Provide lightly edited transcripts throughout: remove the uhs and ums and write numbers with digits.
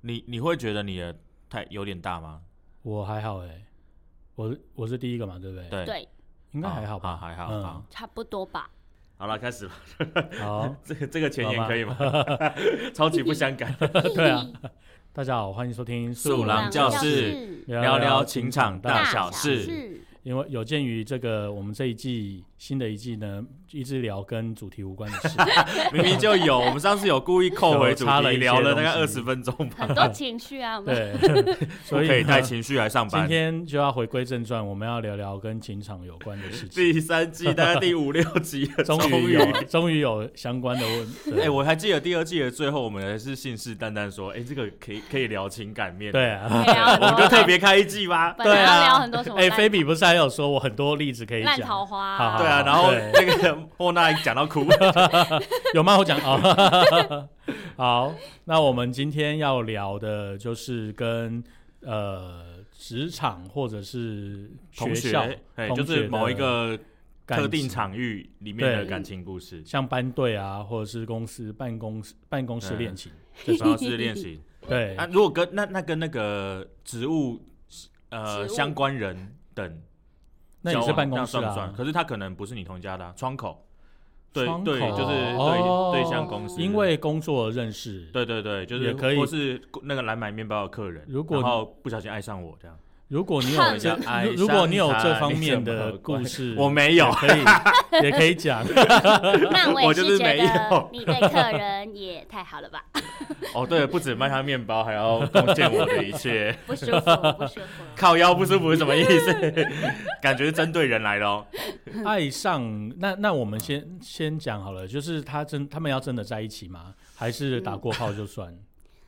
你会觉得你的有点大吗？ 我还好我是第一个嘛，对不对？ 对， 应该还好吧？ 还好， 差不多吧。 好了，开始吧。 好， 这个前言可以吗？超级不相干。 对啊，大家好，欢迎收听素郎教室，聊聊情场大小事。 因为有鉴于这个，我们这一季新的一季呢，一直聊跟主题无关的事， 明明就有，我们上次有故意扣回主题，聊了大概20分钟吧， 很多情绪啊， 对，所以可以带情绪来上班。 今天就要回归正传，我们要聊聊跟情场有关的事情。 第3季大概第5、6集了， 终于有相关的问题。 我还记得第2季的最后，我们还是信誓旦旦说，这个可以聊情感面。 对啊， 我们就特别开一季吧。 对啊，聊很多什么？ 菲比不是还有说我很多例子可以讲， 烂桃花。 对啊，然后那个莫娜讲到哭， 有吗？我讲好，那我们今天要聊的就是跟职场或者是学校就是某一个特定场域里面的感情故事， 像班队啊，或者是公司办公室恋情， 主要是恋情。 对， 如果跟那个职务相关人等。 那也是办公室算不算？可是他可能不是你同家的窗口，对，就是对象公司， 因为工作认识， 对，就是也可以， 或是那个来买面包的客人，然后不小心爱上我这样。 如果你有这方面的故事， 我没有， 也可以讲。 那我就是觉得你对客人也太好了吧？ 对，不止卖他面包，还要贡献我的一切。 不舒服。 靠腰不舒服是什么意思？感觉是针对人来的哦。 爱上那我们先讲好了，就是他们要真的在一起吗？还是打过炮就算？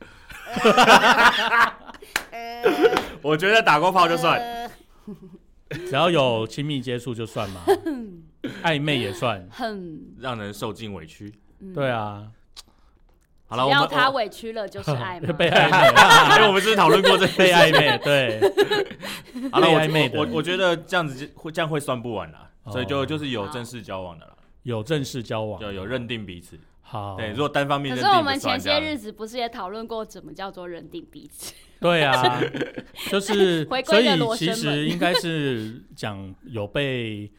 我觉得打过炮就算， 只要有亲密接触就算吗？暧昧也算， 让人受尽委屈。 对啊， 好了， 只要他委屈了就是爱嘛。 被暧昧， 因为我们是讨论过这被暧昧，对。 好了，我觉得这样会算不完啦，所以就是有正式交往的啦， 有正式交往， 有认定彼此。 好， 对，如果单方面认定， 可是我们前些日子不是也讨论过怎么叫做认定彼此？ 对啊，就是回归的罗生门， 所以其实应该是讲有被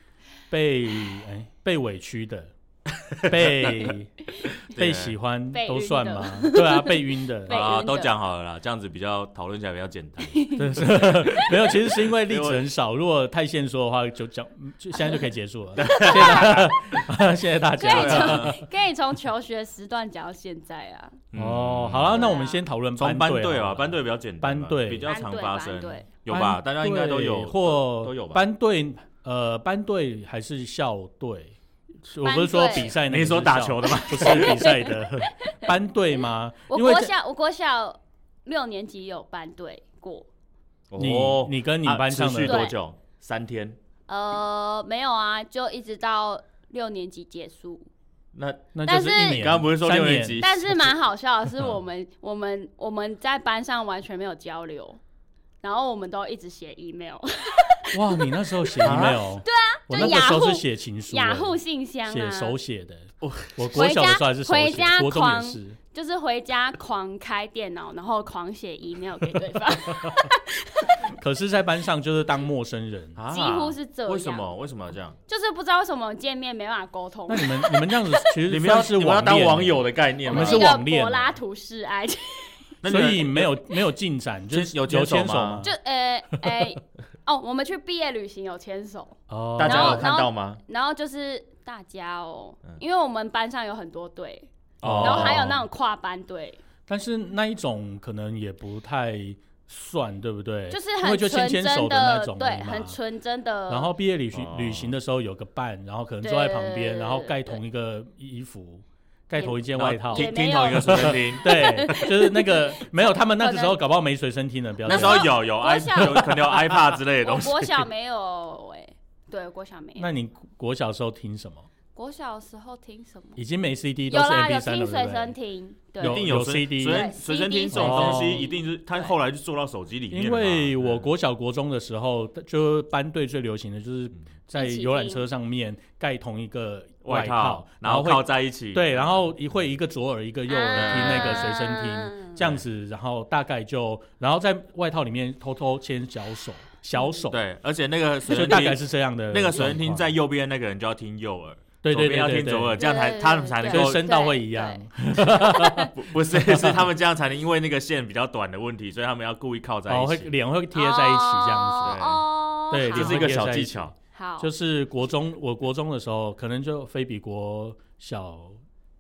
委屈的，被喜欢都算吗？对啊，被晕的啊，都讲好了啦，这样子讨论起来比较简单。 没有，其实是因为例子很少，如果太限缩的话，就现在就可以结束了。谢谢大家。 可以从求学时段讲到现在啊。 好了，那我们先讨论班队啊， 班队比较简单，班队比较常发生，有吧？大家应该都有，都有吧？ 班队还是校队？我不是说比赛， 你说打球的吗？ 不是比赛的班队吗？ 我国小6年级有班队过。 你跟你班上的持续多久？3天？ 没有啊，就一直到6年级结束。 那就是1年。 刚刚不是说6年级？ 但是蛮好笑的是，我们在班上完全没有交流，然后我们都一直写 email。 哇，你那时候写 email？ 对啊， 我那个时候是写情书， 雅虎信箱啊， 手写的。我国小的时候还是手写，国中也是。 就是回家狂开电脑，然后狂写 email 给对方。 可是，在班上就是当陌生人， 几乎是这样。 为什么要这样？ 就是不知道为什么见面没办法沟通。 那你们这样子，其实你们要当网友的概念吗？ 你们是网恋， 柏拉图式爱情。 所以没有进展，就是有牵手吗？ 就我们去毕业旅行有牵手， 大家有看到吗？ 然后就是大家因为我们班上有很多队，然后还有那种跨班队。 但是那一种可能也不太算，对不对？ 就是很纯真的那种， 对，很纯真的。 然后毕业旅行的时候有个伴，然后可能坐在旁边，然后盖同一个衣服。盖同一件外套， 听同一个随身听， 对，就是那个没有，他们那个时候搞不好没随身听的， 那时候有可能有 iPad 之类的东西。 我国小没有对，国小没有。 那你国小时候听什么？ 国小时候听什么？ 已经没 CD， 都是 MP3 了， 有听随身听， 一定有 CD， 随身听这种东西一定是他后来就做到手机里面。 因为我国小国中的时候，就班队最流行的就是在游览车上面盖同一个外套， 然后靠在一起， 对，然后会一个左耳一个右耳听那个随身听。 这样子，然后大概然后在外套里面偷偷牵小手， 对，而且那个水就大概是这样的。 那个水声听在右边那个人就要听右耳， 对， 左边要听左耳，这样他们才能够声道会一样。 不是他们这样才能，因为那个线比较短的问题，所以他们要故意靠在一起， 脸会贴在一起这样子。 对， 这是一个小技巧。 好， 就是我国中的时候，可能就菲比国小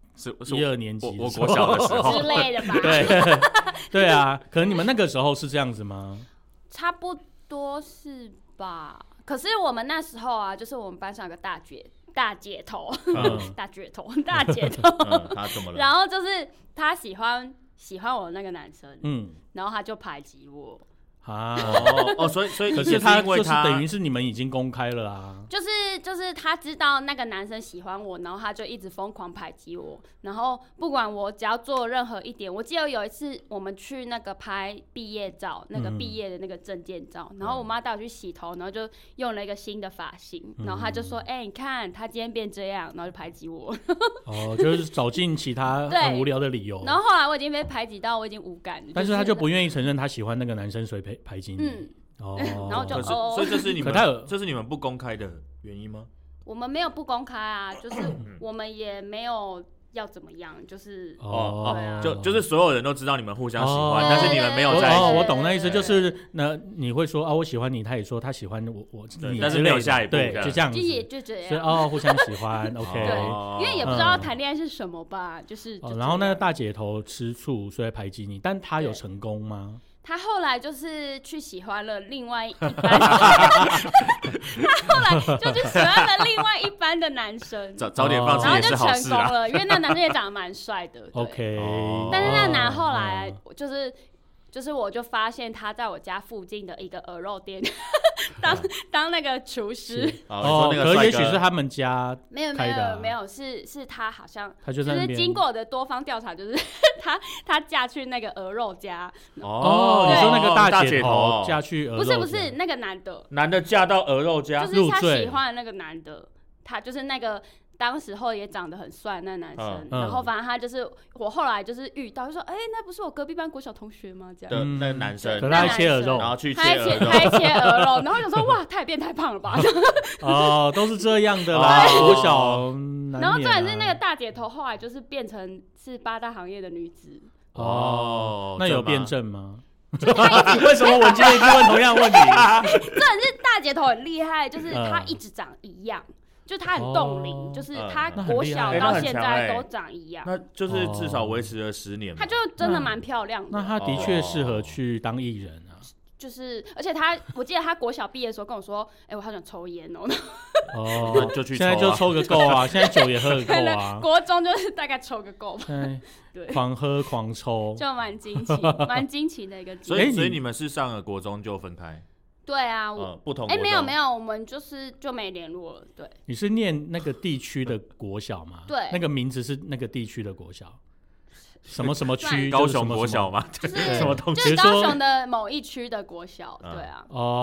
1、2年级， 我国小的时候之类的吧。 对啊，可能你们那个时候是这样子吗？ 差不多是吧。可是我们那时候啊，就是我们班上有个大姐头，大姐头， 他怎么了？ 嗯然后就是他喜欢我那个男生，然后他就排挤我。 所以可是他就是等于是你们已经公开了啊。 就是他知道那个男生喜欢我，然后他就一直疯狂排挤我，然后不管我只要做任何一点，我记得有一次我们去那个拍毕业照，那个毕业的那个证件照，然后我妈带我去洗头，然后就用了一个新的发型，然后他就说：“你看他今天变这样。”然后就排挤我。 就是找尽其他很无聊的理由。 然后后来我已经被排挤到我已经无感， 但是他就不愿意承认他喜欢那个男生，所以排挤你。 然后就所以这是你们不公开的原因吗？ 我们没有不公开啊，就是我们也没有要怎么样，就是就是所有人都知道你们互相喜欢，但是你们没有在一起。 我懂那意思，就是你会说我喜欢你，他也说他喜欢我， 但是没有下一步， 对，就这样子， 就这样， 所以互相喜欢，OK。 对，因为也不知道谈恋爱是什么吧，就是然后那个大姐头吃醋，所以排挤你，但他有成功吗？ 他后来就是去喜欢了另外一班，他后来就去喜欢了另外一班的男生， 早点放弃也是好事然后就成功了，因为那男生也长得蛮帅的。 OK， 但是那男后来就是我就发现他在我家附近的一个鹅肉店当那个厨师。 可是也许是他们家开的没有，是他好像他就是经过我的多方调查，就是他嫁去那个鹅肉家。 你说那个大姐头嫁去鹅肉家？ 不是那个男的嫁到鹅肉家， 就是他喜欢的那个男的，他就是那个。当时候也长得很帅那男生，然后反正他就是我后来就是遇到，就说那不是我隔壁班国小同学吗？这样那个男生， 可他切鹅肉， 然后去切鹅肉，然后想说哇，他也变太胖了吧？ 都是这样的啦，国小。 然后重点是那个大姐头后来就是变成是8大行业的女子。 那有变正吗？为什么我今天一直问同样问题？ 重点是大姐头很厉害，就是他一直长一样。就他很冻龄，就是他国小到现在都长一样， 那就是至少维持了10年。 他就真的蛮漂亮的。 那他的确适合去当艺人啊。 就是，而且我记得他国小毕业的时候跟我说：“我好想抽烟哦。” 就去抽， 现在就抽个够啊！现在酒也喝个够啊。 国中就是大概抽个够吧。 对，狂喝狂抽， 就蛮惊奇的一个。 所以你们是上了国中就分开？ 对啊， 不同没有，我们就没联络了。对， 你是念那个地区的国小吗？ 对， 那个名字是那个地区的国小，什么区？ 高雄国小吗？ 就是什么东西？ 就是高雄的某一区的国小。对啊。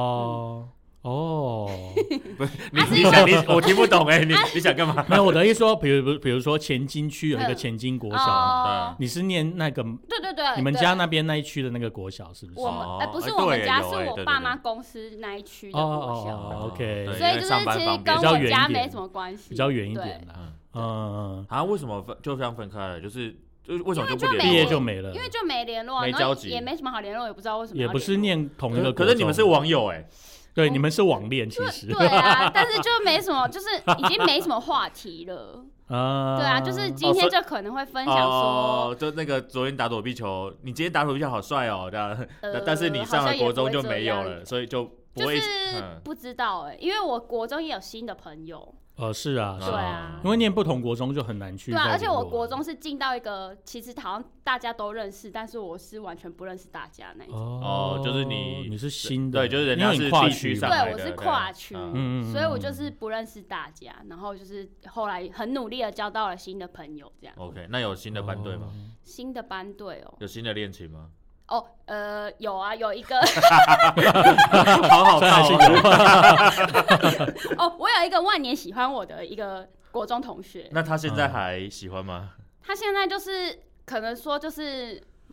不是我听不懂你想干嘛？ 没有，我的意思说，比如说前金区有一个前金国小，你是念那个？ 对， 你们家那边那一区的那个国小是不是？ 不是我们家，是我爸妈公司那一区的国小。 OK， 所以就是其实跟我家没什么关系， 比较远一点啦。 为什么就这样分开了？就是为什么就不毕业就没了？ 因为就没联络， 没交集， 也没什么好联络，也不知道为什么。 也不是念同一个， 可是你们是网友对，你们是网恋，其实对啊，但是就没什么，就是已经没什么话题了。对啊，就是今天就可能会分享说， 就那个昨天打躲避球，你今天打躲避球好帅哦，这样。但是你上了国中就没有了，所以就不会。 就是不知道因为我国中也有新的朋友。 是啊， 对啊， 因为念不同国中就很难去。 对啊，而且我国中是进到一个其实好像大家都认识，但是我是完全不认识大家那种。 就是你是新的， 对，就是人家是地区上来的， 对，我是跨区，所以我就是不认识大家，然后就是后来很努力的交到了新的朋友，这样。 OK， 那有新的班队吗？ 新的班队有新的恋情吗？ 有啊，有一个， 好套我有一个万年喜欢我的一个国中同学。 那他现在还喜欢吗？ 他现在就是可能说就是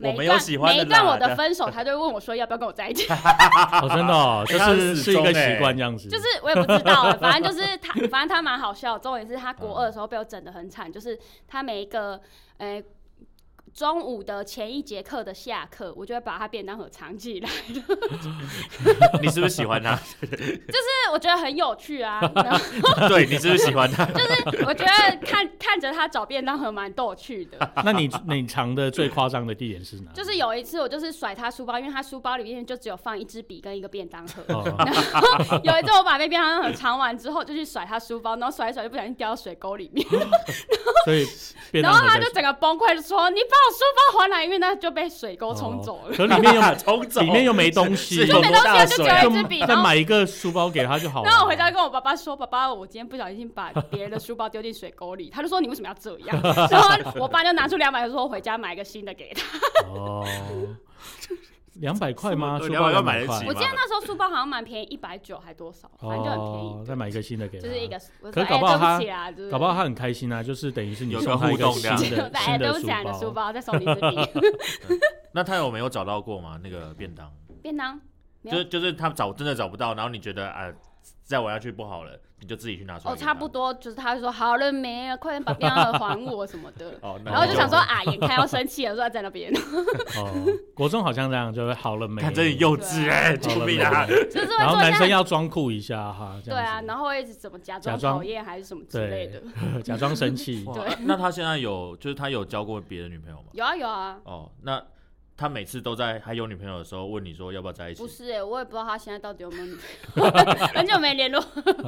我没有喜欢的啦。 每一段我的分手，他就问我说要不要跟我在一起。 真的哦，就是一个习惯这样子。 就是我也不知道，反正就是反正他蛮好笑。重点是他国2的时候被我整得很惨，就是他每一个中午的前一节课的下课，我就会把他便当盒藏起来。 你是不是喜欢他？ 就是我觉得很有趣啊。 对，你是不是喜欢他？ 就是我觉得看着他找便当盒蛮逗趣的。 那你藏的最夸张的地点是哪？ 就是有一次我就是甩他书包，因为他书包里面就只有放一支笔跟一个便当盒。 哦、 然后有一次我把那便当盒藏完之后，就去甩他书包，然后甩一甩就不小心掉到水沟里面。 所以然后他就整个崩溃，就说：“你把我书包还来！”因为那就被水沟冲走了。 可里面又没东西， 就没东西，就只有一支笔。 再买一个书包给他就好了。 然后我回家跟我爸爸说：“爸爸，我今天不小心把别人的书包丢进水沟里。”他就说：“你为什么要这样？”然后我爸就拿出200说：“回家买一个新的给他。” 哦。200块吗？书包要买得起？ 我记得那时候书包好像蛮便宜，190还多少，反正就很便宜。 再买一个新的给他， 就是一个。 可是搞不好他很开心啊，就是等于是你送他一个新的对不起，你的书包再送你一支笔。 那他有没有找到过吗？那个便当？就是他真的找不到，然后你觉得再玩下去不好了，你就自己去拿出来。 差不多就是他就说好了没了，快点把便当盒还我什么的。然后就想说眼看要生气了，说在那边。 国中好像这样，就会好了没？ 看这里幼稚救命啊！ 然后男生要装酷一下哈。 对啊，然后会怎么假装讨厌还是什么之类的， 假装生气。 对。 那他现在就是他有交过别的女朋友吗？ 有啊。 那。他每次都在还有女朋友的时候问你说要不要在一起？ 不是我也不知道他现在到底有没有女朋友，很久没联络。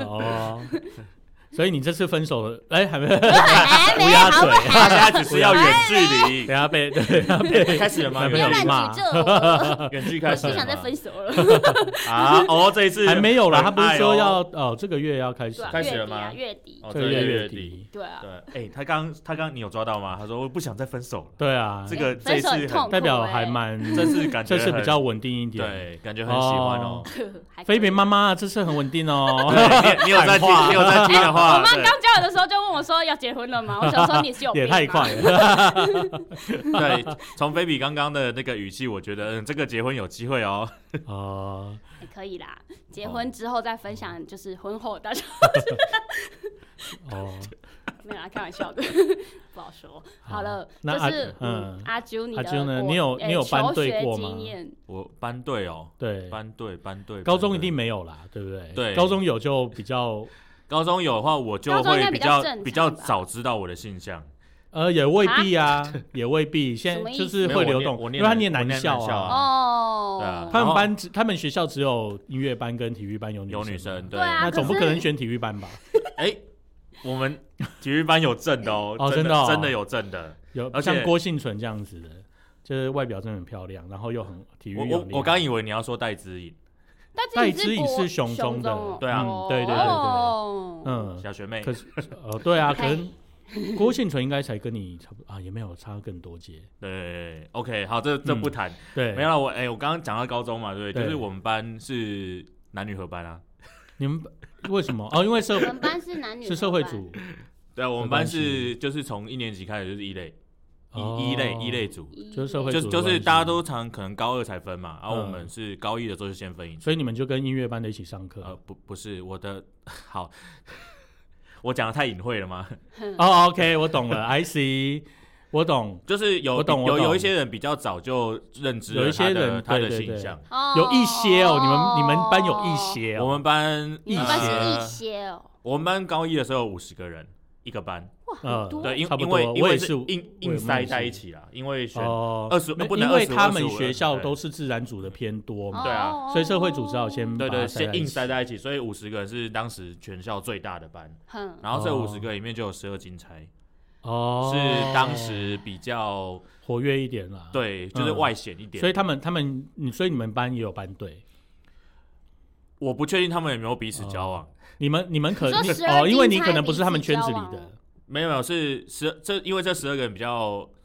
所以你这次分手了，还没乌鸦嘴， 他现在只是要远距离。 等下被开始了吗？ 男朋友骂， 远距开始了， 不想再分手了。 这一次还没有啦，他不是说要这个月要开始了吗？ 月底， 这个月底。 对啊。 对，他刚你有抓到吗？他说我不想再分手了。 对啊， 这一次代表还蛮，这次比较稳定一点， 对，感觉很喜欢哦。 菲比妈妈这次很稳定哦。 你有在听的话。 我妈刚交往的时候就问我说要结婚了吗？我想说你是有病吧。 也太快了。 对，从菲比刚刚的那个语气，我觉得这个结婚有机会哦。 可以啦，结婚之后再分享，就是婚后大家。没有啦，开玩笑的，不好说。好了，就是阿啾， 阿啾呢？你有班队过吗？ 我班队对， 班队。 高中一定没有啦，对不对？ 对， 高中有就比较。 高中有的话，我就会比较早知道我的性向。 也未必啊，也未必。现在就是会流动，因为他念男校啊。对啊，他们学校只有音乐班跟体育班有女生， 对啊， 那总不可能选体育班吧？ 我们体育班有正的真的有正的， 有像郭幸存这样子的，就是外表真的很漂亮，然后又很体育。 我刚以为你要说戴资颖。 戴资颖是雄中的， 对啊， 对， 小学妹。 可是对啊，可能郭幸存应该才跟你差不多啊，也没有差更多届。 对 ，OK， 好，这不谈。 对， 没有了。我刚刚讲到高中嘛，对，就是我们班是男女合班啊。 你们为什么？因为我们班是男女， 是社会组。 对啊，我们班就是从1年级开始就是一类。一类组， 就是社会组， 就是大家都可能高2才分嘛，然后我们是高1的时候就先分一次， 所以你们就跟音乐班的一起上课。 不是我的，好，我讲的太隐晦了吗 ？OK， 我懂了，I see， 我懂， 就是有一些人比较早就认知了他的形象， 有一些你们班有一些我们班一些我们班高1的时候有50个人一个班。对，因为是硬塞在一起啦，因为选20， 因为他们学校都是自然组的偏多嘛， 对啊， 所以社会组只好先先硬塞在一起，所以50个人是当时全校最大的班，然后这50个里面就有12金钗，是当时比较活跃一点啦， 对，就是外显一点， 所以所以你们班也有班队， 我不确定他们有没有彼此交往， 你们可因为你可能不是他们圈子里的。 没有，是因为这12个人比较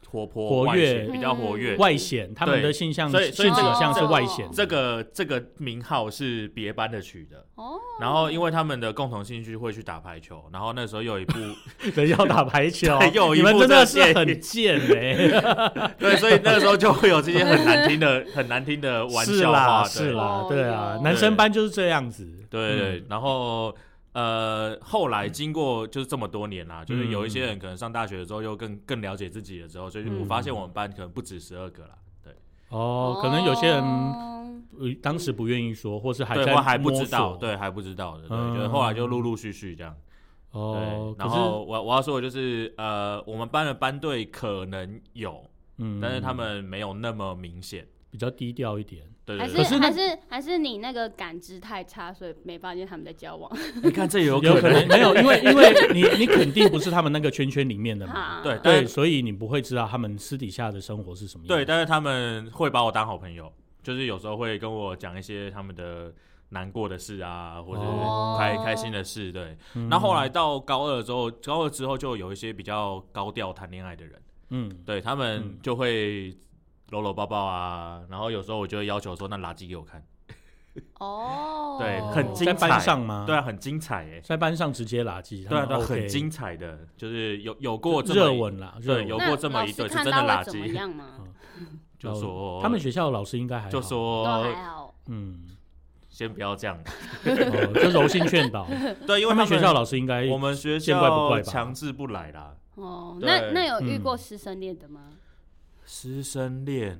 活泼跃， 比较活跃外显，他们的性倾向是外显。 这个名号是别班的取的。然后因为他们的共同兴趣会去打排球，然后那时候又有一部对要打排球， 又有一部你们真的是很贱对，所以那个时候就会有这些很难听的玩笑话。 是啦，对啊，男生班就是这样子。 对，然后后来经过就是这么多年啦，就是有一些人可能上大学的时候又更了解自己了之后，所以我发现我们班可能不止12个啦。对， 可能有些人当时不愿意说，或是还在还不知道，对，还不知道的，对，就是后来就陆陆续续这样。对，然后我要说的就是我们班的班队可能有，但是他们没有那么明显， 比较低调一点。 对， 还是你那个感知太差，所以没发现他们在交往。 你看这有可能没有，因为你肯定不是他们那个圈里面的嘛。对，所以你不会知道他们私底下的生活是什么样。 对，但是他们会把我当好朋友，就是有时候会跟我讲一些他们的难过的事啊，或者是开心的事。对，那后来到高二之后就有一些比较高调谈恋爱的人，对他们就会搂搂抱抱啊，然后有时候我就会要求说，那垃圾给我看。对，很精彩。 在班上吗？ 对啊，很精彩耶， 在班上直接垃圾。 对啊，很精彩的，就是有过这么热吻啦， 对，有过这么一对是真的垃圾。 怎么样吗？ 就说他们学校的老师应该还好， 就说都还好， 先不要这样， 就柔性劝导。 对，因为他们学校老师应该我们学校强制不来啦。 那有遇过师生恋的吗？ 师生恋，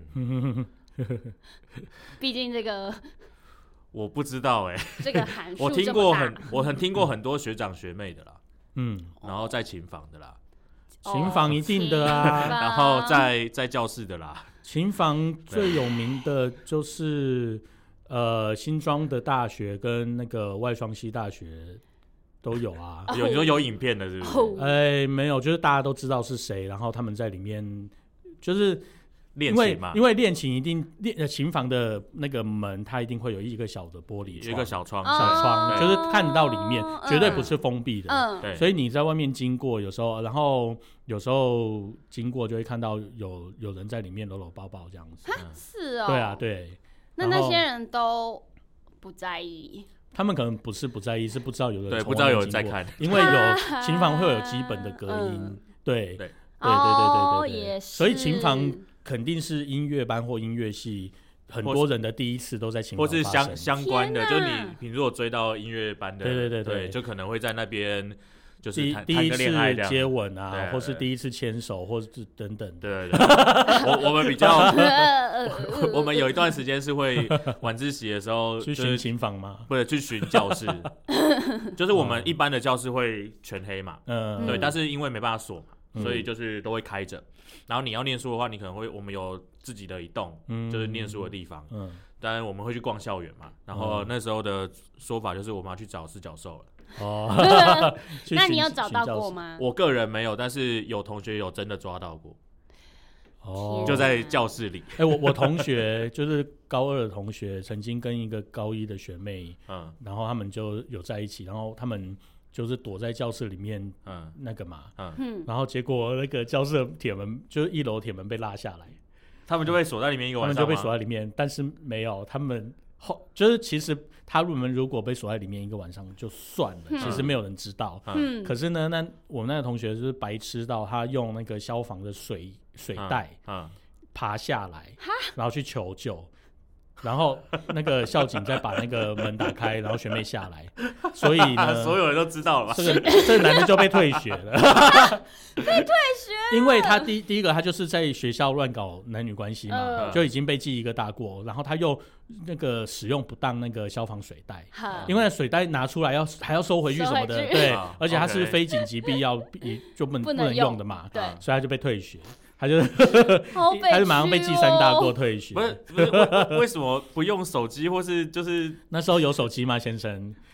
毕竟这个我不知道这个函数我听过很多学长学妹的啦，然后在琴房的啦， 琴房一定的啊， 然后在教室的啦， 琴房最有名的就是新庄的大学跟那个外双溪大学都有啊。 你说有影片的是不是？没有，就是大家都知道是谁，然后他们在里面就是练琴嘛， 因为练琴一定琴房的那个门，它一定会有一个小的玻璃窗， 有一个小窗， 就是看得到里面，绝对不是封闭的。所以你在外面经过，有时候经过就会看到有人在里面搂搂抱抱这样子。 是哦， 对啊，对。 那些人都不在意。 他们可能不是不在意，是不知道有人不知道有人在看， 因为琴房会有基本的隔音。对，所以琴房肯定是音乐班或音乐系很多人的第一次都在琴房发生， 或是相关的，就是你如果追到音乐班的，对，就可能会在那边。就是第一次接吻啊，或是第一次牵手，或是等等。 对，我们比较，我们有一段时间是会晚自习的时候去巡琴房吗？ 不是，去巡教室，就是我们一般的教室会全黑嘛，对，但是因为没办法锁嘛，所以就是都会开着。然后你要念书的话，你可能我们有自己的一栋，就是念书的地方。当然我们会去逛校园嘛。然后那时候的说法就是我们要去找四角兽了。 那你有找到过吗？ 我个人没有，但是有同学有真的抓到过。就在教室里。 我同学就是高2的同学，曾经跟一个高1的学妹，然后他们就有在一起，然后他们就是躲在教室里面，那个嘛，然后结果那个教室的铁门，就是1楼铁门被拉下来， 他们就被锁在里面一个晚上吗？ 他们就被锁在里面，但是没有，他们就是其实他们如果被锁在里面一个晚上就算了，其实没有人知道。可是呢，我那个同学就是白痴到他用那个消防的水袋爬下来，然后去求救。然后那个校警再把那个门打开，然后学妹下来，所以呢， 所有人都知道了吧？ 这个男的就被退学了。 被退学， 因为他第一个他就是在学校乱搞男女关系嘛，就已经被记一个大过，然后他又那个使用不当那个消防水袋，因为水袋拿出来还要收回去什么的，对，而且他是非紧急必要就不能用的嘛，对，所以他就被退学。他就马上被记3大过退学。 不是为什么不用手机，或是就是那时候有手机吗，先生？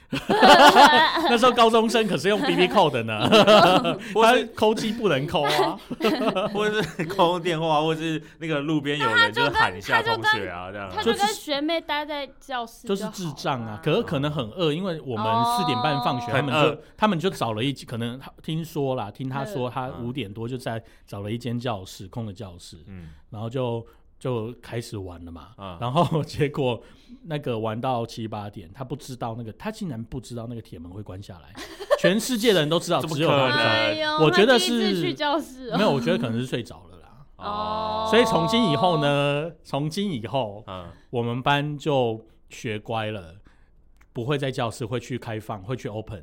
那时候高中生可是用 BB 扣的呢，他扣机不能扣啊， 或者是扣电话，或者是那个路边有人就是喊一下同学啊，这样。 他就跟学妹待在教室就是智障啊。可能很饿，因为我们4点半放学，他们就找了可能听他说他5点多就在找了一间教室，空的教室，然后就开始玩了嘛，然后结果那个玩到7、8点，他竟然不知道那个铁门会关下来，全世界的人都知道，只有他不知道。我觉得是去教室没有，我觉得可能是睡着了啦。所以从今以后呢，我们班就学乖了。不会在教室，会去开放，会去 open，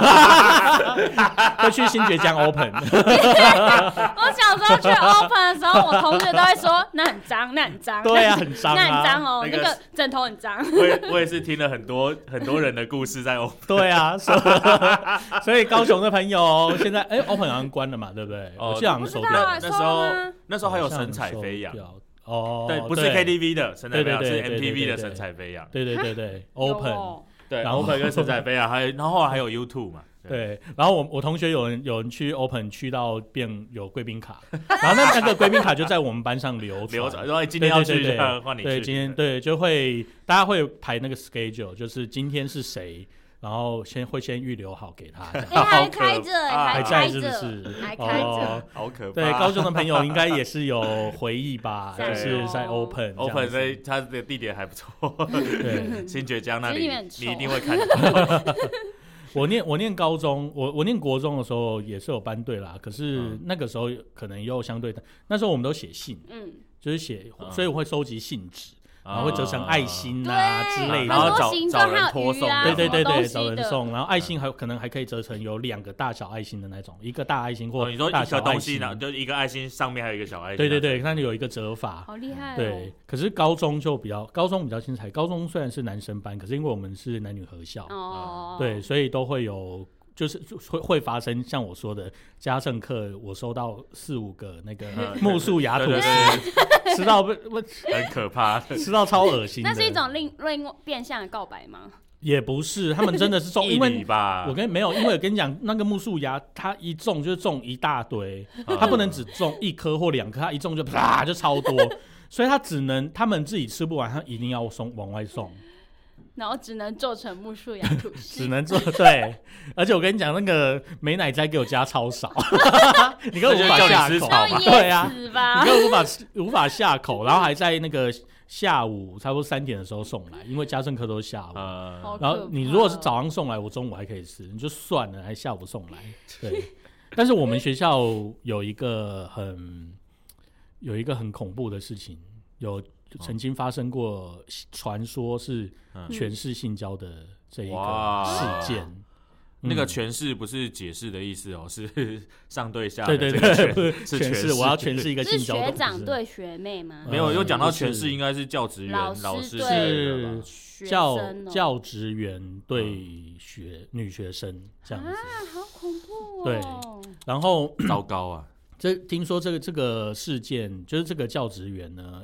会去新崛江 open。 我小时候去 open 的时候，我同学都会说那很脏，那很脏。 对啊，很脏啊， 那很脏哦，那个枕头很脏。 我也是听了很多人的故事在 open。 对啊，所以高雄的朋友现在open 好像关了嘛，对不对？我记得好像收掉。 那时候还有神采飞扬。对，不是 KTV 的神采飞扬，是 MTV 的神采飞扬。 对 ，open。 对，然后 open 跟神采飞扬，然后后来还有 YouTube 嘛。 对，然后我同学有人去 open 去到变有贵宾卡，然后那个贵宾卡就在我们班上流传， 然后今天要去，换你去。 对，今天就会大家会排那个 schedule， 就是今天是谁。然后先预留好给他， 还开着， 还在是不是？ 还开着， 好可怕。 对，高中的朋友应该也是有回忆吧，就是在 open， 所以他的地点还不错。对，新崛江那里你一定会看到。 我念高中，我念国中的时候也是有班队啦，可是那个时候可能又相对的，那时候我们都写信，就是写，所以我会收集信纸。然后会折成爱心啊之类的， 然后找人托送， 对，找人送。然后爱心可能还可以折成有2个大小爱心的那种，一个大爱心或你说大小爱心， 就一个爱心上面还有一个小爱心。 对，那里有一个折法， 好厉害。 对，可是高中比较精彩。高中虽然是男生班，可是因为我们是男女合校，对，所以都会有。就是会发生像我说的家政课，我收到4、5个那个木素雅吐司，吃到很可怕， 吃到超恶心的。 那是一种另变相的告白吗？ 也不是，他们真的是中，因为因为我跟你讲，那个木素芽它一种就是种一大堆，它不能只种1颗或2颗，它一种就啪就超多，所以他们自己吃不完，他一定要往外送。 然后只能做成木树芽吐司， 只能做对，而且我跟你讲，那个美乃滋给我加超少，你根本无法下口，对啊，你根本无法下口，然后还在那个下午差不多3点的时候送来，因为家政课都是下午，然后你如果是早上送来，我中午还可以吃，你就算了，还下午送来，对。但是我们学校有一个很恐怖的事情，曾经发生过传说是权势性交的这一个事件。 那个权势不是解释的意思哦，是上对下。 对，是权势，我要诠释一个性交。 是学长对学妹吗？ 没有，又讲到权势应该是教职员、老师对教职员对女学生这样子。 好恐怖哦。 对，然后糟糕啊！ 听说这个事件，就是这个教职员呢。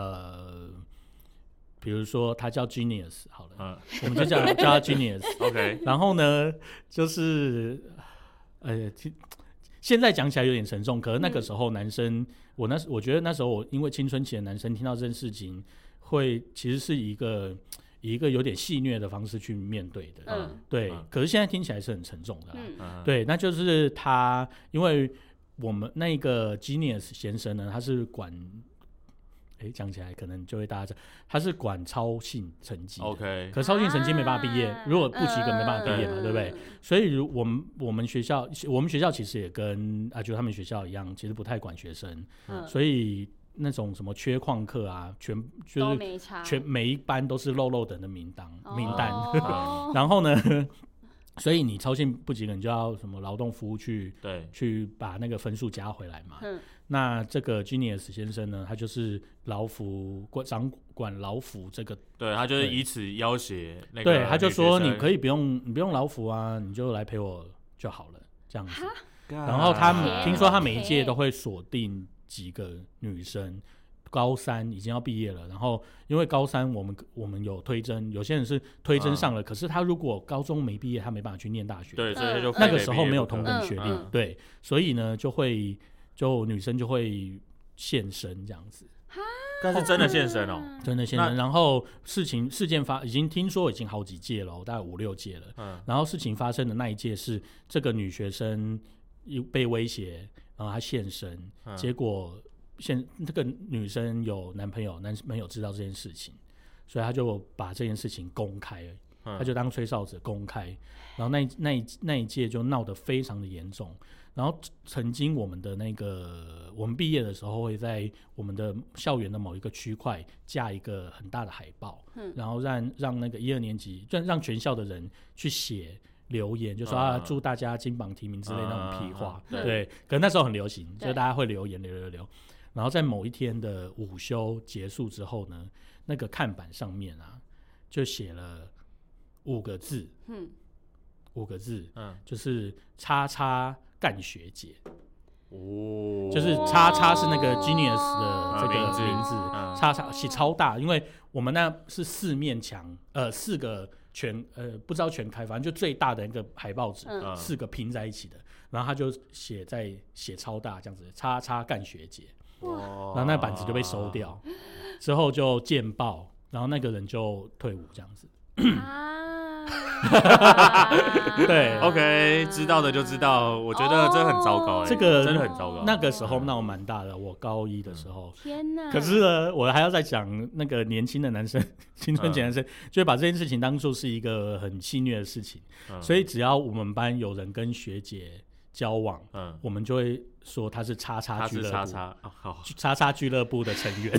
比如说他叫 Genius 好了，我们就叫他 Genius。OK， 然后呢，就是现在讲起来有点沉重，可是那个时候男生，我觉得那时候我因为青春期的男生听到这件事情，其实是以一个有点戏谑的方式去面对的，对。可是现在听起来是很沉重的，对，那就是他，因为我们那个 Genius 先生呢，他是管。讲起来可能就会大家知道，他是管超性成绩 ，OK， 可是超性成绩没办法毕业，如果不及格没办法毕业嘛，对不对？所以我们学校其实也跟就他们学校一样，其实不太管学生，所以那种什么缺旷课啊，就是每一班都是漏等的名单，然后呢？所以你超性不及格，你就要什么劳动服务去把那个分数加回来嘛。那这个 Genius 先生呢，他就是劳福掌管劳福这个， 对他就是以此要挟那个， 对，他就说你可以不用劳福啊，你就来陪我就好了，这样子。然后听说他每一届都会锁定几个女生， 高3已经要毕业了，然后因为高3我们有推甄，有些人是推甄上了，可是他如果高中没毕业，他没办法去念大学， 对，所以就那个时候没有同等学历，对，所以呢就女生就会现身这样子。 但是真的现身哦， 真的现身。然后事件已经听说已经好几届了，大概5、6届了。然后事情发生的那一届是这个女学生被威胁，然后她现身，结果这个女生有男朋友知道这件事情，所以她就把这件事情公开，她就当吹哨者公开。然后那一届就闹得非常的严重。然后曾经我们毕业的时候会在我们的校园的某一个区块架一个很大的海报，然后让那个1、2年级，就让全校的人去写留言，就说祝大家金榜题名之类那种屁话，对，可能那时候很流行，就大家会留言留。然后在某一天的午休结束之后呢，那个看板上面就写了5个字，5个字，就是叉叉干学姐，就是叉叉是那个 Genius 的这个名字，叉叉写超大，因为我们那是4面墙，4个不知道全开，反正就最大的那个海报纸，4个拼在一起的，然后他就写超大这样子，叉叉干学姐，然后那板子就被收掉，之后就见报，然后那个人就退伍这样子。对 ，OK， 知道的就知道，我觉得这很糟糕， 这个真的很糟糕。 那个时候闹蛮大的，我高1的时候， 天哪！ 可是呢，我还要再讲那个年轻的男生，青春期男生，就会把这件事情当作是一个很戏谑的事情，所以只要我们班有人跟学姐交往，我们就会说他是叉叉俱乐部，叉叉俱乐部的成员，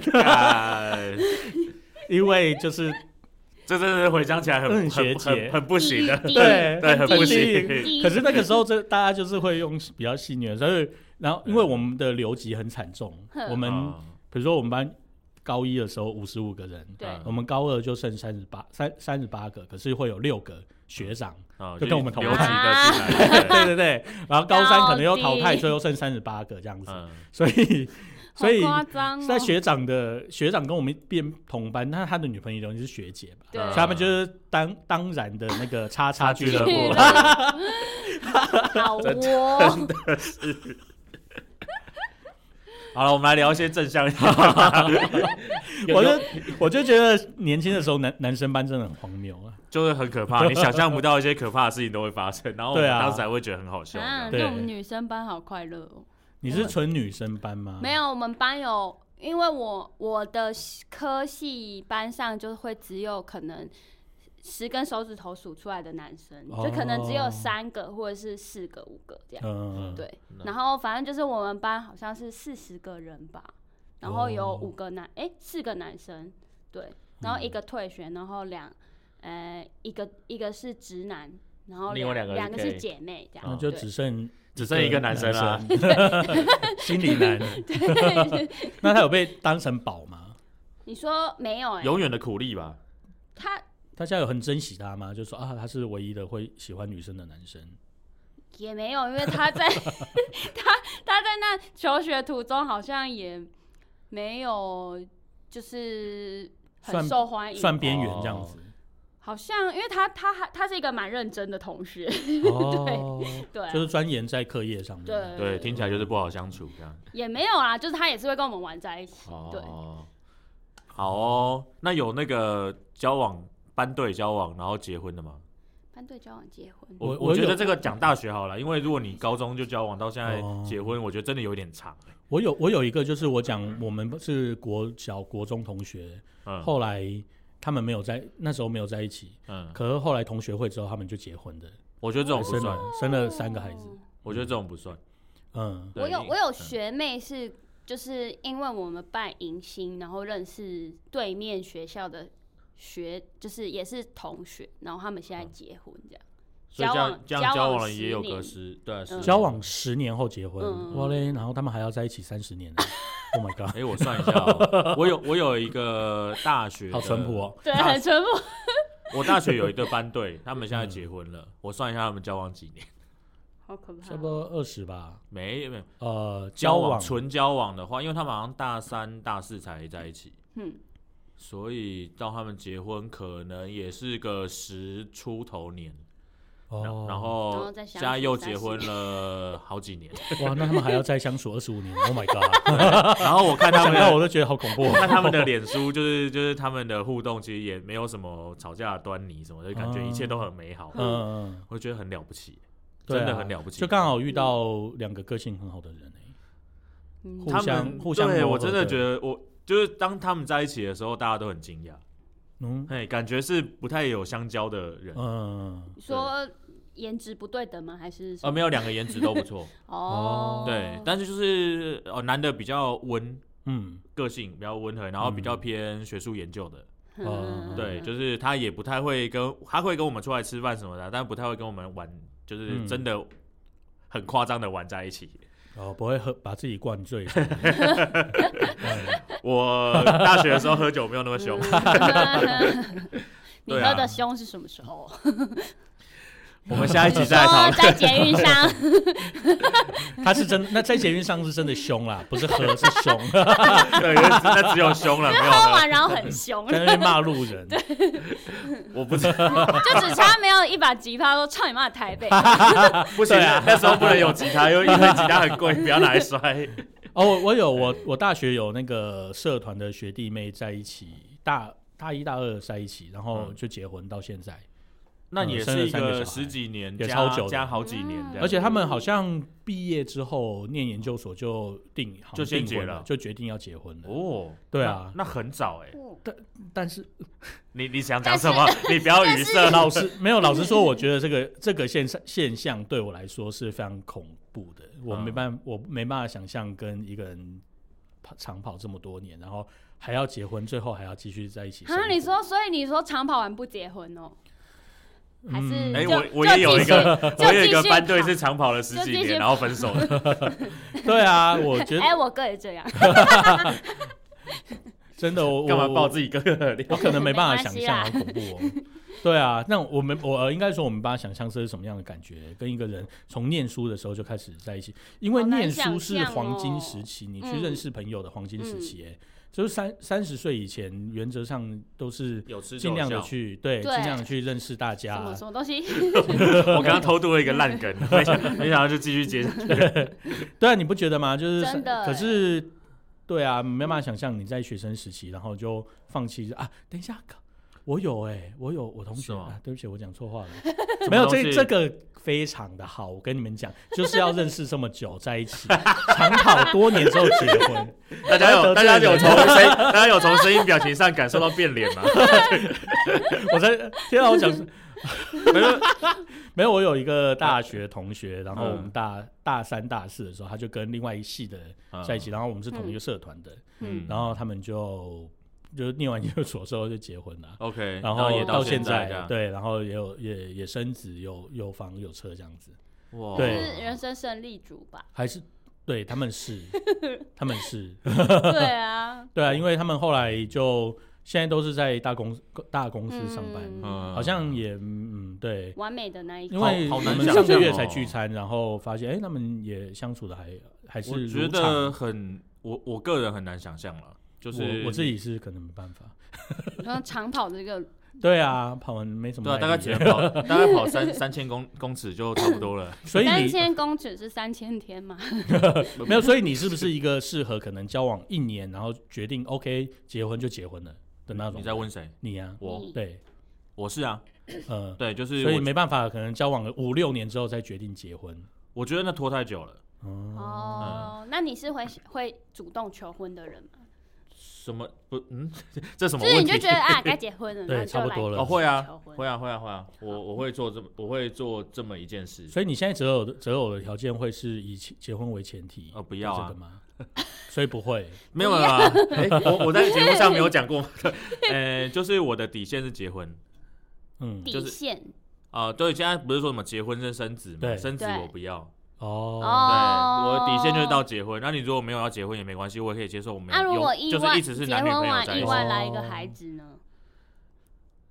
因为就是。 这真的回想起来很不行的， 对， 很不行。 可是那个时候，大家就是会用比较戏谑，所以然后因为我们的留级很惨重，我们比如说我们班高1的时候55个人，我们高2就剩38个，可是会有6个学长就跟我们同台， 对，然后高3可能又淘汰，最后剩38个这样子，所以在学长跟我们变同班，那他的女朋友是学姐吧，所以他们就是当然的那个叉叉俱乐部。 好真的是。好了，我们来聊一些正向一点。 我就觉得年轻的时候男生班真的很荒谬啊， 就是很可怕，你想象不到一些可怕的事情都会发生，然后我们当时还会觉得很好笑。 对，我们女生班好快乐哦。 你是纯女生班吗？ 没有，我们班有，因为我的科系班上就会只有可能10根手指头数出来的男生，就可能只有3个或者是4个、5个这样。对，然后反正就是我们班好像是40个人吧，然后有4个男生，对，然后1个退学，然后一个是直男，然后两个是姐妹这样， 那就只剩 1个男生啦， 心理男。那他有被当成宝吗？ 你说没有永远的苦力吧。 大家有很珍惜他吗？就说他是唯一的会喜欢女生的男生。 也没有，因为他在他在那求学途中好像也没有就是很受欢迎， 算边缘这样子。 好像因为他是一个蛮认真的同学，对， 就是钻研在课业上面， 对，听起来就是不好相处这样。 也没有啦，就是他也是会跟我们玩在一起，对。 好哦，那有那个班队交往然后结婚的吗？ 班队交往结婚， 我觉得这个讲大学好了，因为如果你高中就交往到现在结婚，我觉得真的有点长。 我有一个就是我讲我们是国小国中同学，后来他们那时候没有在一起，可是后来同学会之后他们就结婚的。 我觉得这种不算， 生了3个孩子。 我觉得这种不算。 我有学妹是，就是因为我们办迎新，然后认识对面学校的就是也是同学，然后他们现在结婚这样。 所以这样交往了也有个10， 交往10年后结婚，哇嘞！然后他们还要在一起30年，Oh my god！ 我算一下我有一个大学， 好淳朴哦， 对，很淳朴。 我大学有一个班队，他们现在结婚了，我算一下他们交往几年， 好可怕， 差不多20吧。 没交往纯交往的话，因为他们好像大3、大4才在一起，所以到他们结婚可能也是个10出头年。然后现在又结婚了好几年， 哇，那他们还要再相处25年 ，Oh my god！ 然后我看他们， 我都觉得好恐怖。 看他们的脸书，就是他们的互动，其实也没有什么吵架的端倪什么的，就感觉一切都很美好。我觉得很了不起，真的很了不起。 就刚好遇到2个个性很好的人互相对我真的觉得，我就是当他们在一起的时候，大家都很惊讶。感觉是不太有相交的人。 你说颜值不对等吗？还是没有，2个颜值都不错。对，但是就是男的比较温，个性比较温和，然后比较偏学术研究的。对，就是他也不太会他会跟我们出来吃饭什么的，但不太会跟我们玩，就是真的很夸张的玩在一起。 不会把自己灌醉。 我大学的时候喝酒没有那么凶。 你喝的凶是什么时候？ 我们下一集再讨论。 在捷运上， 他是真，那在捷运上是真的凶啦，不是喝是凶。 对，那只有凶了，没有喝完然后很凶， 在那边骂路人。 我不知道， 就只差没有一把吉他说操你妈的台北。 不行啊，那时候不能有吉他，因为吉他很贵，不要拿来摔。 我大学有那个社团的学弟妹在一起，大1、大2在一起，然后就结婚到现在。 那也是一个10几年， 也超久， 加好几年而且他们好像毕业之后念研究所就先结了， 就决定要结婚了。对啊， 那很早但是你想讲什么？你不要语塞。 老实说，我觉得这个现象对我来说是非常恐怖的。我没办法想象跟一个人长跑这么多年，然后还要结婚，最后还要继续在一起。所以你说长跑完不结婚哦？还是我也有一个班队是长跑了10几年，然后分手了。 对啊，我觉得我哥也这样。 真的，我干嘛爆自己哥哥的料？ 我可能没办法想象，好恐怖哦。对啊，那我应该说我们办法想象这是什么样的感觉？跟一个人从念书的时候就开始在一起，因为念书是黄金时期，你去认识朋友的黄金时期。就是30岁以前，原则上都是尽量的去尽量的去认识大家。 什么东西？ 我刚刚偷渡了一个烂梗，没想到就继续接下去。 对啊，你不觉得吗？就是真的。 可是，对啊，没办法想象你在学生时期，然后就放弃啊。等一下，我同学对不起，我讲错话了。没有，这个非常的好，我跟你们讲，就是要认识这么久在一起，长跑多年之后结婚。大家有从声音表情上感受到变脸吗？ 天啊，我讲没有，我有一个大学同学，然后我们大3、大4的时候，他就跟另外一系的在一起，然后我们是同一个社团的，然后他们就念完研究所之后就结婚了 ，OK， 然后也到现在对，然后也生子，有房有车这样子， 哇， 对， 是人生胜利组吧？ 还是对他们是， 对啊， 对啊，因为他们后来现在都是在大公司上班，好像也对， 完美的那一个， 因为我们上个月才聚餐，然后发现他们也相处的还是我觉得我个人很难想象了。就是我自己是可能没办法。 长跑这个， 对啊，跑完没什么。 对啊，大概只能大概跑3000公尺就差不多了。 所以 3000公尺是3000天吗？ 没有，所以你是不是一个适合可能交往1年，然后决定 OK 结婚就结婚了的那种？ 你在问谁？ 你啊，对， 我是啊，对，就是所以没办法，可能交往了5、6年之后再决定结婚。 我觉得那拖太久了。 那你是会主动求婚的人吗？ 什么不这什么问题？ 就是你就觉得该结婚了， 对，差不多了。 会啊，我会做这么一件事。 所以你现在择偶的条件会是以结婚为前提？ 不要啊， 这个吗？所以不会， 没有啊。我在节目上没有讲过。就是我的底线是结婚。 底线对，现在不是说什么结婚是生子嘛？生子我不要。对，我的底线就是到结婚。那你如果没有要结婚也没关系，我也可以接受。我们如果就是一直是男女朋友在一起。 意外来一个孩子呢？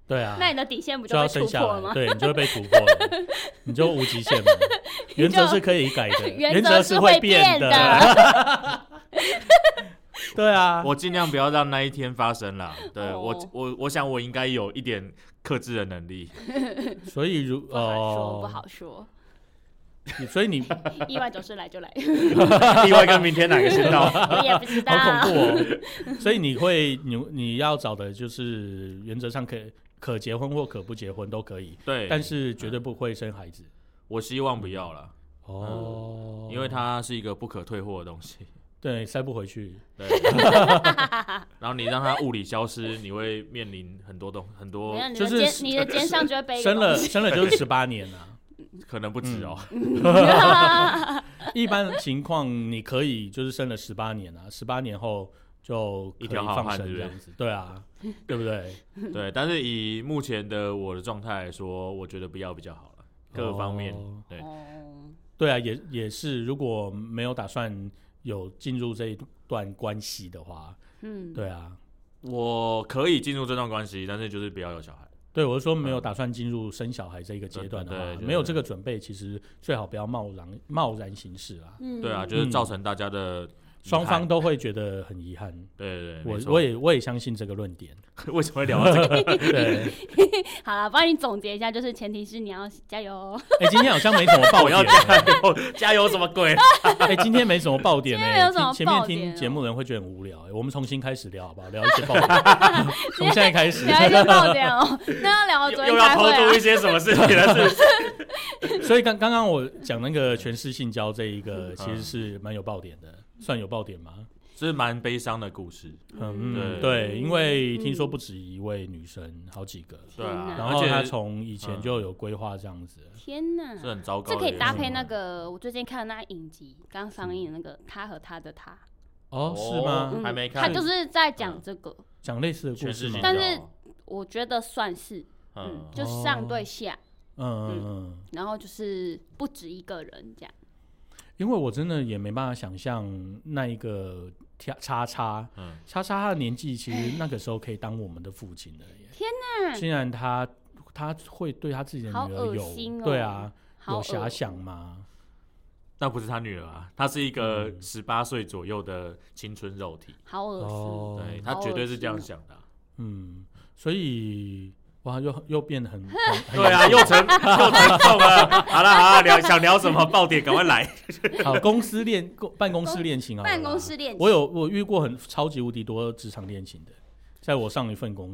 对啊， 那你的底线不就要被生下来， 突破了吗？ 对，你就会被突破了，你就无极限了。原则是可以改的， 原则是会变的。对啊， 我尽量不要让那一天发生啦。对、我想我应该有一点克制的能力。 所以不好说。 所以你意外总是来就来， 意外跟明天哪个先到？ 我也不知道， 好恐怖哦。所以你要找的就是原则上可结婚或可不结婚都可以， 对， 但是绝对不会生孩子。 我希望不要啦。因为它是一个不可退货的东西。 对，塞不回去。 对，然后你让它物理消失，你会面临很多， 就是你的肩上就会背一个生了就是18年啊。 可能不止哦。 一般情况你可以就是生了18年啊，18年后就可以放生这样子，对啊，对不对？ 对，但是以目前的我的状态来说，我觉得不要比较好了，各方面。对， 对啊，也是，如果没有打算有进入这一段关系的话，对啊， 我可以进入这段关系，但是就是不要有小孩。 对，我是说没有打算进入生小孩这一个阶段的话，没有这个准备，其实最好不要贸然行事啦。 对啊，就是造成大家的双方都会觉得很遗憾。 对， 我也相信这个论点。 为什么会聊到这个？ 对， 好了，帮你总结一下，就是前提是你要加油哦。 今天好像没什么爆点。 我要加油，加油什么鬼？ 今天没什么爆点前面听节目的人会觉得很无聊。我们重新开始聊好不好？聊一些爆点。从现在开始聊一些爆点哦。那要聊昨天又要投注一些什么事情了？是不是？所以刚刚我讲那个权势性交这一个，其实是蛮有爆点的，算有爆点吗？ 是蛮悲伤的故事。 对，因为听说不止一位女生，好几个。 对啊， 然后她从以前就有规划这样子。 天哪， 是很糟糕。 这可以搭配那个我最近看的那影集，刚上映的那个《他和他的他》。 哦，是吗？ 还没看。 他就是在讲这个， 讲类似的故事吗？ 但是我觉得算是，就是上对下，然后就是不止一个人这样。 因为我真的也没办法想象那一个叉叉他的年纪，其实那个时候可以当我们的父亲了耶。 天哪！ 竟然他会对他自己的女儿有对啊有遐想吗？ 那不是他女儿啊，他是一个18岁左右的青春肉体， 好恶心。 对，他绝对是这样想的。 所以哇，又变得很对啊，又沉重了。好了，想聊什么爆点，赶快来。 好，办公室恋情啊， 办公室恋情， 我遇过超级无敌多职场恋情的，在我上一份工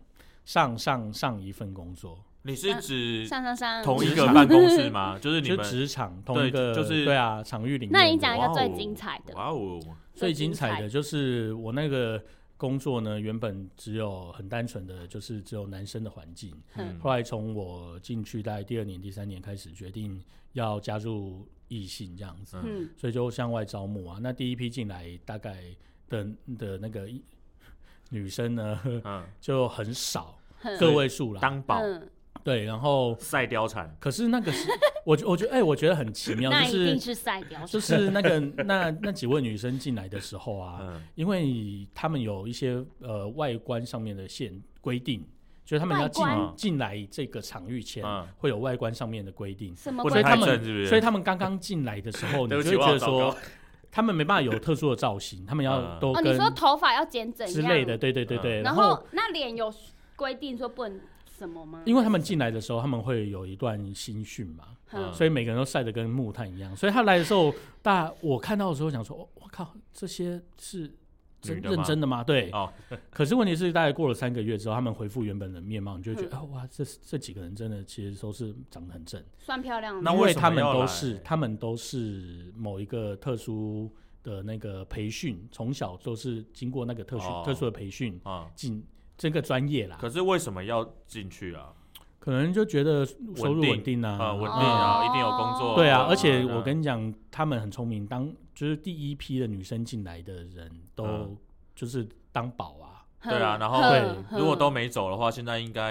作。 你是指上同一个办公室吗？就是你们职场同一个，就是对啊，场域里面。 那你讲一个最精彩的。 哇哦， 最精彩的就是我那个工作呢，原本只有很单纯的就是只有男生的环境，后来从我进去大概第2年、第3年开始决定要加入异性这样子，所以就向外招募啊。那第一批进来大概的那个女生呢，就很少，个位数啦， 当宝。 对，然后赛貂蝉， 可是那个是我觉得很奇妙， 那一定是赛貂蝉， 就是那几位女生进来的时候啊，因为他们有一些外观上面的规定，就是他们要进来这个场域前会有外观上面的规定， 什么规定？ 所以他们刚刚进来的时候，你就会觉得说他们没办法有特殊的造型，他们要都跟你说头发要剪怎样之类的，对。 然后那脸有规定说不能。什么吗？ 因为他们进来的时候，他们会有一段新训嘛，所以每个人都晒得跟木炭一样。所以他来的时候，我看到的时候想说，我靠，这些是认真的吗？对。可是问题是，大概过了3个月之后，他们恢复原本的面貌，你就会觉得，哇，这几个人真的其实都是长得很正， 算漂亮的。 那因为他们都是某一个特殊的那个培训，从小都是经过那个特殊的培训进。这个专业啦， 可是为什么要进去啊？ 可能就觉得收入稳定啊， 稳定啊，一定有工作。 对啊，而且我跟你讲，他们很聪明，就是第一批的女生进来的人都就是当保啊。 对啊，然后如果都没走的话，现在应该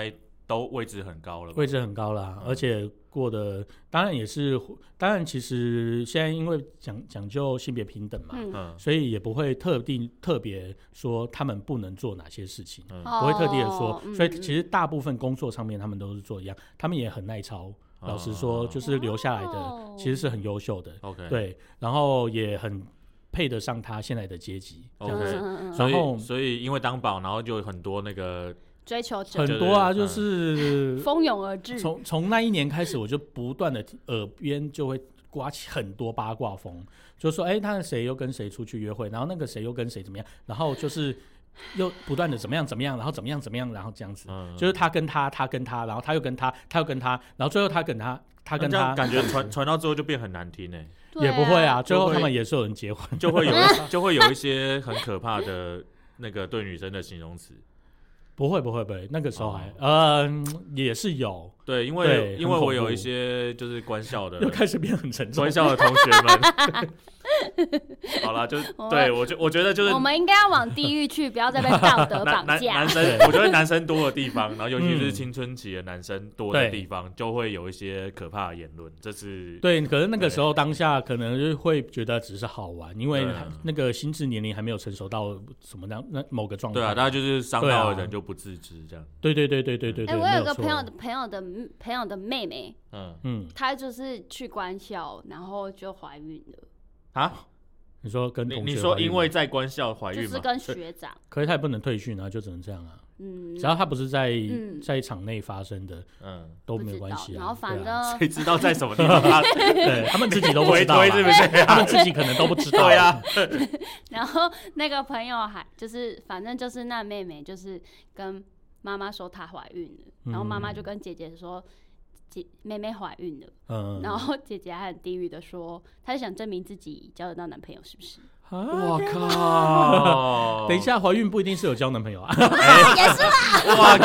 都位置很高了， 位置很高啦，而且过得当然也是，当然其实现在因为讲究性别平等嘛，所以也不会特别说他们不能做哪些事情，不会特地的说，所以其实大部分工作上面他们都是做一样，他们也很耐操。老实说，就是留下来的其实是很优秀的，对，然后也很配得上他现在的阶级，这样子。 所以因为当宝，然后就有很多那个追求者很多啊，就是蜂拥而至。 从那一年开始，我就不断的耳边就会刮起很多八卦风，就说他谁又跟谁出去约会，然后那个谁又跟谁怎么样，然后就是又不断的怎么样，然后怎么样，然后这样子，就是他跟他，然后他又跟他，然后最后他跟他， 这样感觉传到最后就变很难听也不会啊，最后他们也是有人结婚， 就会有一些很可怕的那个对女生的形容词。 不会，那个时候还也是有， 对，因为我有一些就是官校的， 又开始变很沉重， 官校的同学们。好啦，就对我觉得就是我们应该要往地狱去，不要再被道德绑架。 男生，我觉得男生多的地方，然后尤其是青春期的男生多的地方，就会有一些可怕的言论。这是对，可是那个时候当下可能就会觉得只是好玩，因为那个心智年龄还没有成熟到什么那某个状态。 对啊，大家就是伤到的人就不自知这样。 对。 我有个朋友的妹妹，她就是去官校，然后就怀孕了。 啊？你说跟同学？ 你说因为在官校怀孕吗？ 就是跟学长。 可是他也不能退训啊，就只能这样啊。只要他不是在场内发生的，都没有关系啊。 然后反正谁知道在什么地方发生？ 对，他们自己都不知道， 是不是？ 他们自己可能都不知道。 对呀。 然后那个朋友就是反正就是那妹妹就是跟妈妈说她怀孕了，然后妈妈就跟姐姐说。妹妹怀孕了，然后姐姐还很地狱的说，她就想证明自己交得到男朋友，是不是？ 我靠！ 等一下，怀孕不一定是有交男朋友啊。 也是啦。 我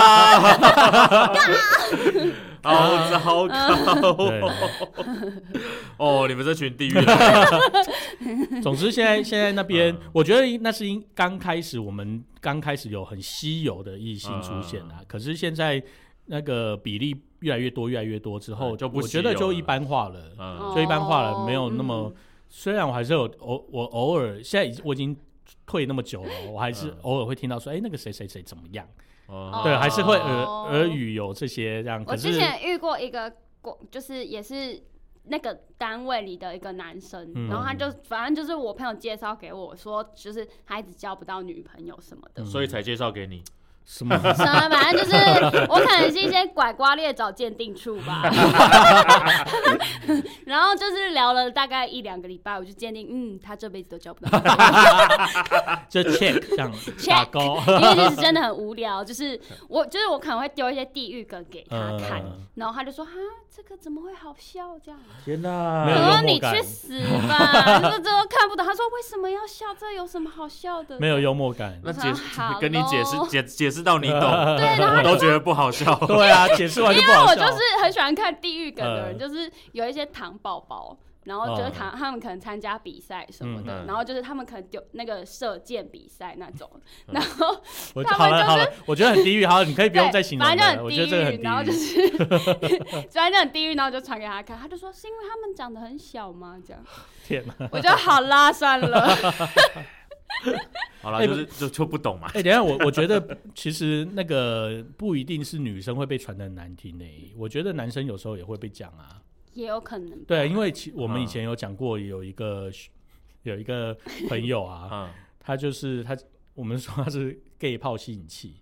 靠！好糟糕！哦，你们这群地狱人。 总之，现在那边，我觉得那是我们刚开始有很稀有的异性出现啊。可是现在那个比例越来越多之后， 就不我觉得就一般化了，就一般化了，没有那么。虽然我还是我偶尔，现在我已经退那么久了，我还是偶尔会听到说，那个谁怎么样？对，还是会耳语有这些这样。 我之前遇过一个，就是也是那个单位里的一个男生，然后他就反正就是我朋友介绍给我说，就是他一直交不到女朋友什么的， 所以才介绍给你。 什么？ 反正就是我可能是一些拐瓜裂枣鉴定处吧。然后就是聊了大概1-2个礼拜，我就鉴定，他这辈子都交不到。 就 check 这样打勾， 因为其实真的很无聊，就是我可能会丢一些地狱梗给他看，然后他就说这个怎么会好笑这样？ 天哪！ 我说你去死吧！这都看不懂。他说为什么要笑？这有什么好笑的？ 没有幽默感。 那跟你解释到你懂， 对， 我都觉得不好笑。 对啊，解释完就不好笑。 因为我就是很喜欢看地狱梗的人，就是有一些糖宝宝。然后就是他们可能参加比赛什么的，然后就是他们可能丢那个射箭比赛那种，然后他们好了，我觉得很地狱。好，你可以不用再形容了。 反正就很地狱， 然后就是反正就很地狱，然后就传给他看，他就说是因为他们长得很小吗？这样， 天哪！ 我就好啦，算了。 好啦，就不懂嘛。 等一下我觉得其实那个不一定是女生会被传得很难听我觉得男生有时候也会被讲啊。 也有可能。 对，因为我们以前有讲过，有一个朋友啊，他就是我们说他是 gay 炮吸引器，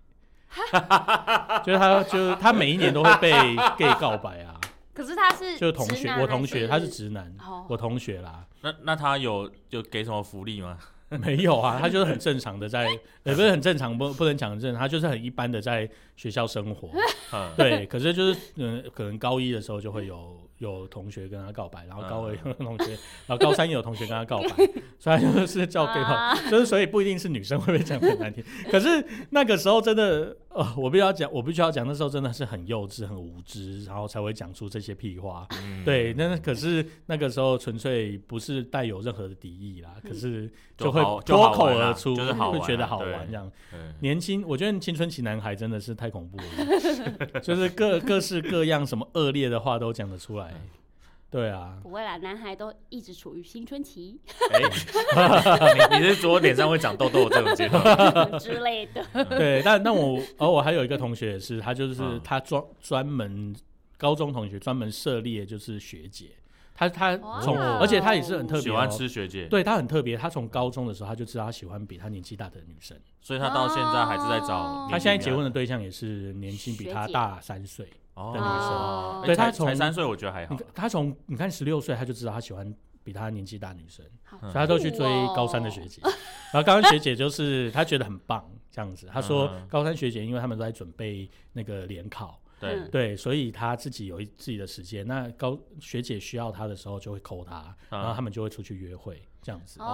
就是他每一年都会被 gay 告白啊。 可是他是就是我同学，他是直男，我同学啦。 那他有给什么福利吗？ 没有啊，他就是很正常的在，也不是很正常，不能讲很正常，他就是很一般的在学校生活。对，可是就是可能高一的时候就会有有同学跟他告白，然后高二有同学，然后高三也有同学跟他告白，所以他就是叫 gay 炮，就是所以不一定是女生会被讲很难听。可是那个时候真的，我必须要讲，那时候真的是很幼稚、很无知，然后才会讲出这些屁话。对，可是那个时候纯粹不是带有任何的敌意啦，可是就会脱口而出， 就是好玩， 会觉得好玩这样。年轻，我觉得青春期男孩真的是太恐怖了，就是各式各样什么恶劣的话都讲得出来。对啊， 不会啦，男孩都一直处于青春期。 你是说脸上会长痘痘这种阶段之类的？ 对，但我还有一个同学也是，他就是他专门高中同学专门涉猎就是学姐。他从，而且他也是很特别， 喜欢吃学姐。 对，他很特别，他从高中的时候他就知道他喜欢比他年纪大的女生， 所以他到现在还是在找。 他现在结婚的对象也是年轻比他大3岁的女生。对，他才 3岁，我觉得还好。 他从你看16岁他就知道他喜欢比他年纪大的女生，所以他都去追高3的学姐。然后高3学姐就是他觉得很棒这样子，他说高3学姐因为他们都在准备那个联考。对，所以他自己有自己的时间。那学姐需要他的时候就会 call 他，然后他们就会出去约会这样子。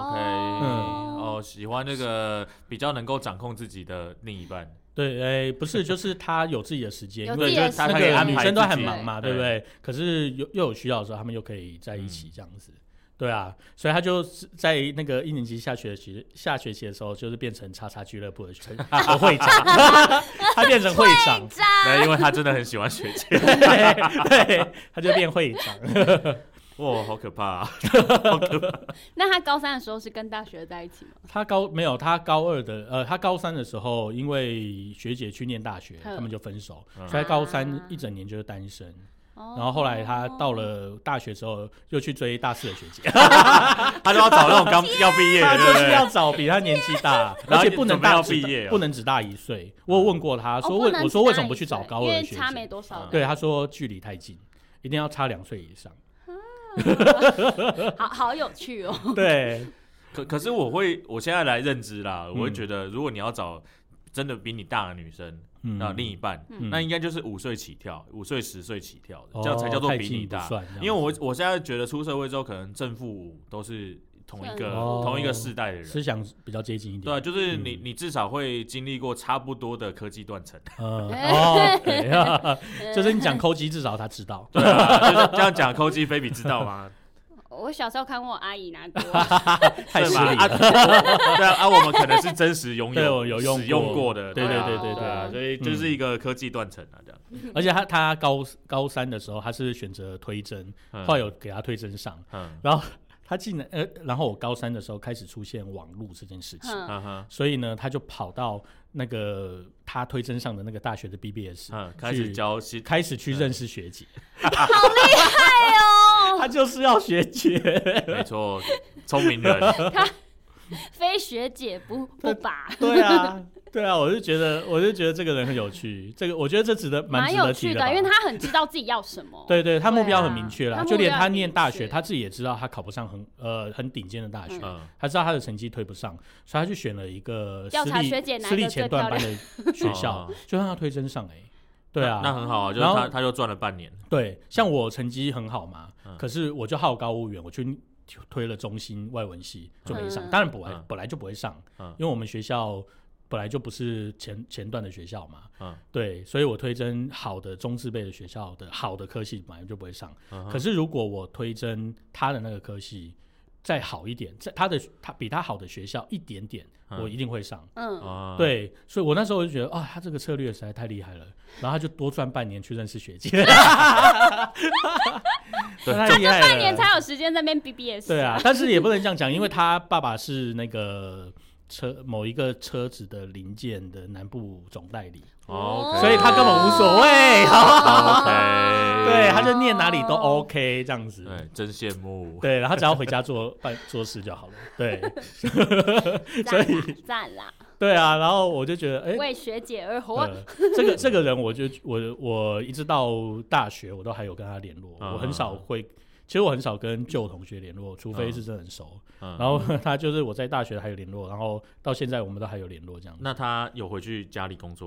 OK，喜欢那个比较能够掌控自己的另一半。 对，不是，就是他有自己的时间，因为他可以安排， 女生都很忙嘛，对不对？可是又有需要的时候，他们又可以在一起这样子。对啊，所以他就在那个1年级下学期的时候，就是变成叉叉俱乐部的会长，他变成会长， 因为他真的很喜欢学姐， 对，他就变会长。 哇，好可怕啊！ 那他高3的时候是跟大学在一起吗？ 他没有，他高2的他高3的时候，因为学姐去念大学，他们就分手，所以他高3一整年就是单身。然后后来他到了大学之后，又去追大4的学姐， 他就要找那种刚要毕业的， 他就是要找比他年纪大，而且不能不能只大1岁。我有问过他，我说为什么不去找高2的学姐？ 因为差没多少。 对，他说距离太近，一定要差2岁以上。 好有趣哦。 对， 可是我现在来认知啦，我会觉得如果你要找真的比你大的女生。另一半，那应该就是5岁起跳，5岁10岁起跳的，这样才叫做比你大。因为我现在觉得出社会之后，可能正父都是同一个世代的人， 思想比较接近一点。 对，就是你至少会经历过差不多的科技断层。 就是你讲抠机，至少他知道。 对啊，就是这样讲抠机，菲比知道吗？ 我小时候看过我阿姨拿过， 太失礼了。 对啊，我们可能是真实拥有使用过的， 对啊，所以就是一个科技断层啊，这样。 而且他高3的时候，他是选择推甄，后来有给他推甄上，然后他竟然然后我高3的时候开始出现网络这件事情，所以呢，他就跑到那个他推甄上的那个大学的 BBS，开始去认识学姐， 好厉害哦！ 他就是要学姐， 没错，聪明人， 他非学姐不拔。 对啊，我就觉得这个人很有趣，这个我觉得这蛮有趣的， 因为他很知道自己要什么。 对，他目标很明确啦，就连他念大学，他自己也知道他考不上很顶尖的大学，他知道他的成绩推不上，所以他去选了一个私立前段班的学校，就让他推甄上。对啊， 那很好啊，就是他就赚了半年。 对，像我成绩很好嘛，可是我就好高骛远，我去推了中兴外文系就没上，当然本来就不会上，因为我们学校本来就不是前段的学校嘛，对，所以我推甄好的中字辈的学校的好的科系本来就不会上，可是如果我推甄他的那个科系再好一点，他比他好的学校一点点，我一定会上。对，所以我那时候就觉得他这个策略实在太厉害了，然后他就多赚半年去认识学姐。 对，他就半年才有时间在那边 BBS。 对啊，但是也不能这样讲，因为他爸爸是那个某一个车子的零件的南部总代理，所以他根本无所谓。对，他就念哪里都 OK 这样子。 对，真羡慕。 对，然后只要回家做事就好了。对，所以赞啦。 对啊，然后我就觉得， 为学姐而活。 这个人，我一直到大学，我都还有跟他联络。我很少会，其实我很少跟旧同学联络，除非是真的很熟。然后他就是我在大学还有联络，然后到现在我们都还有联络这样子。 那他有回去家里工作吗？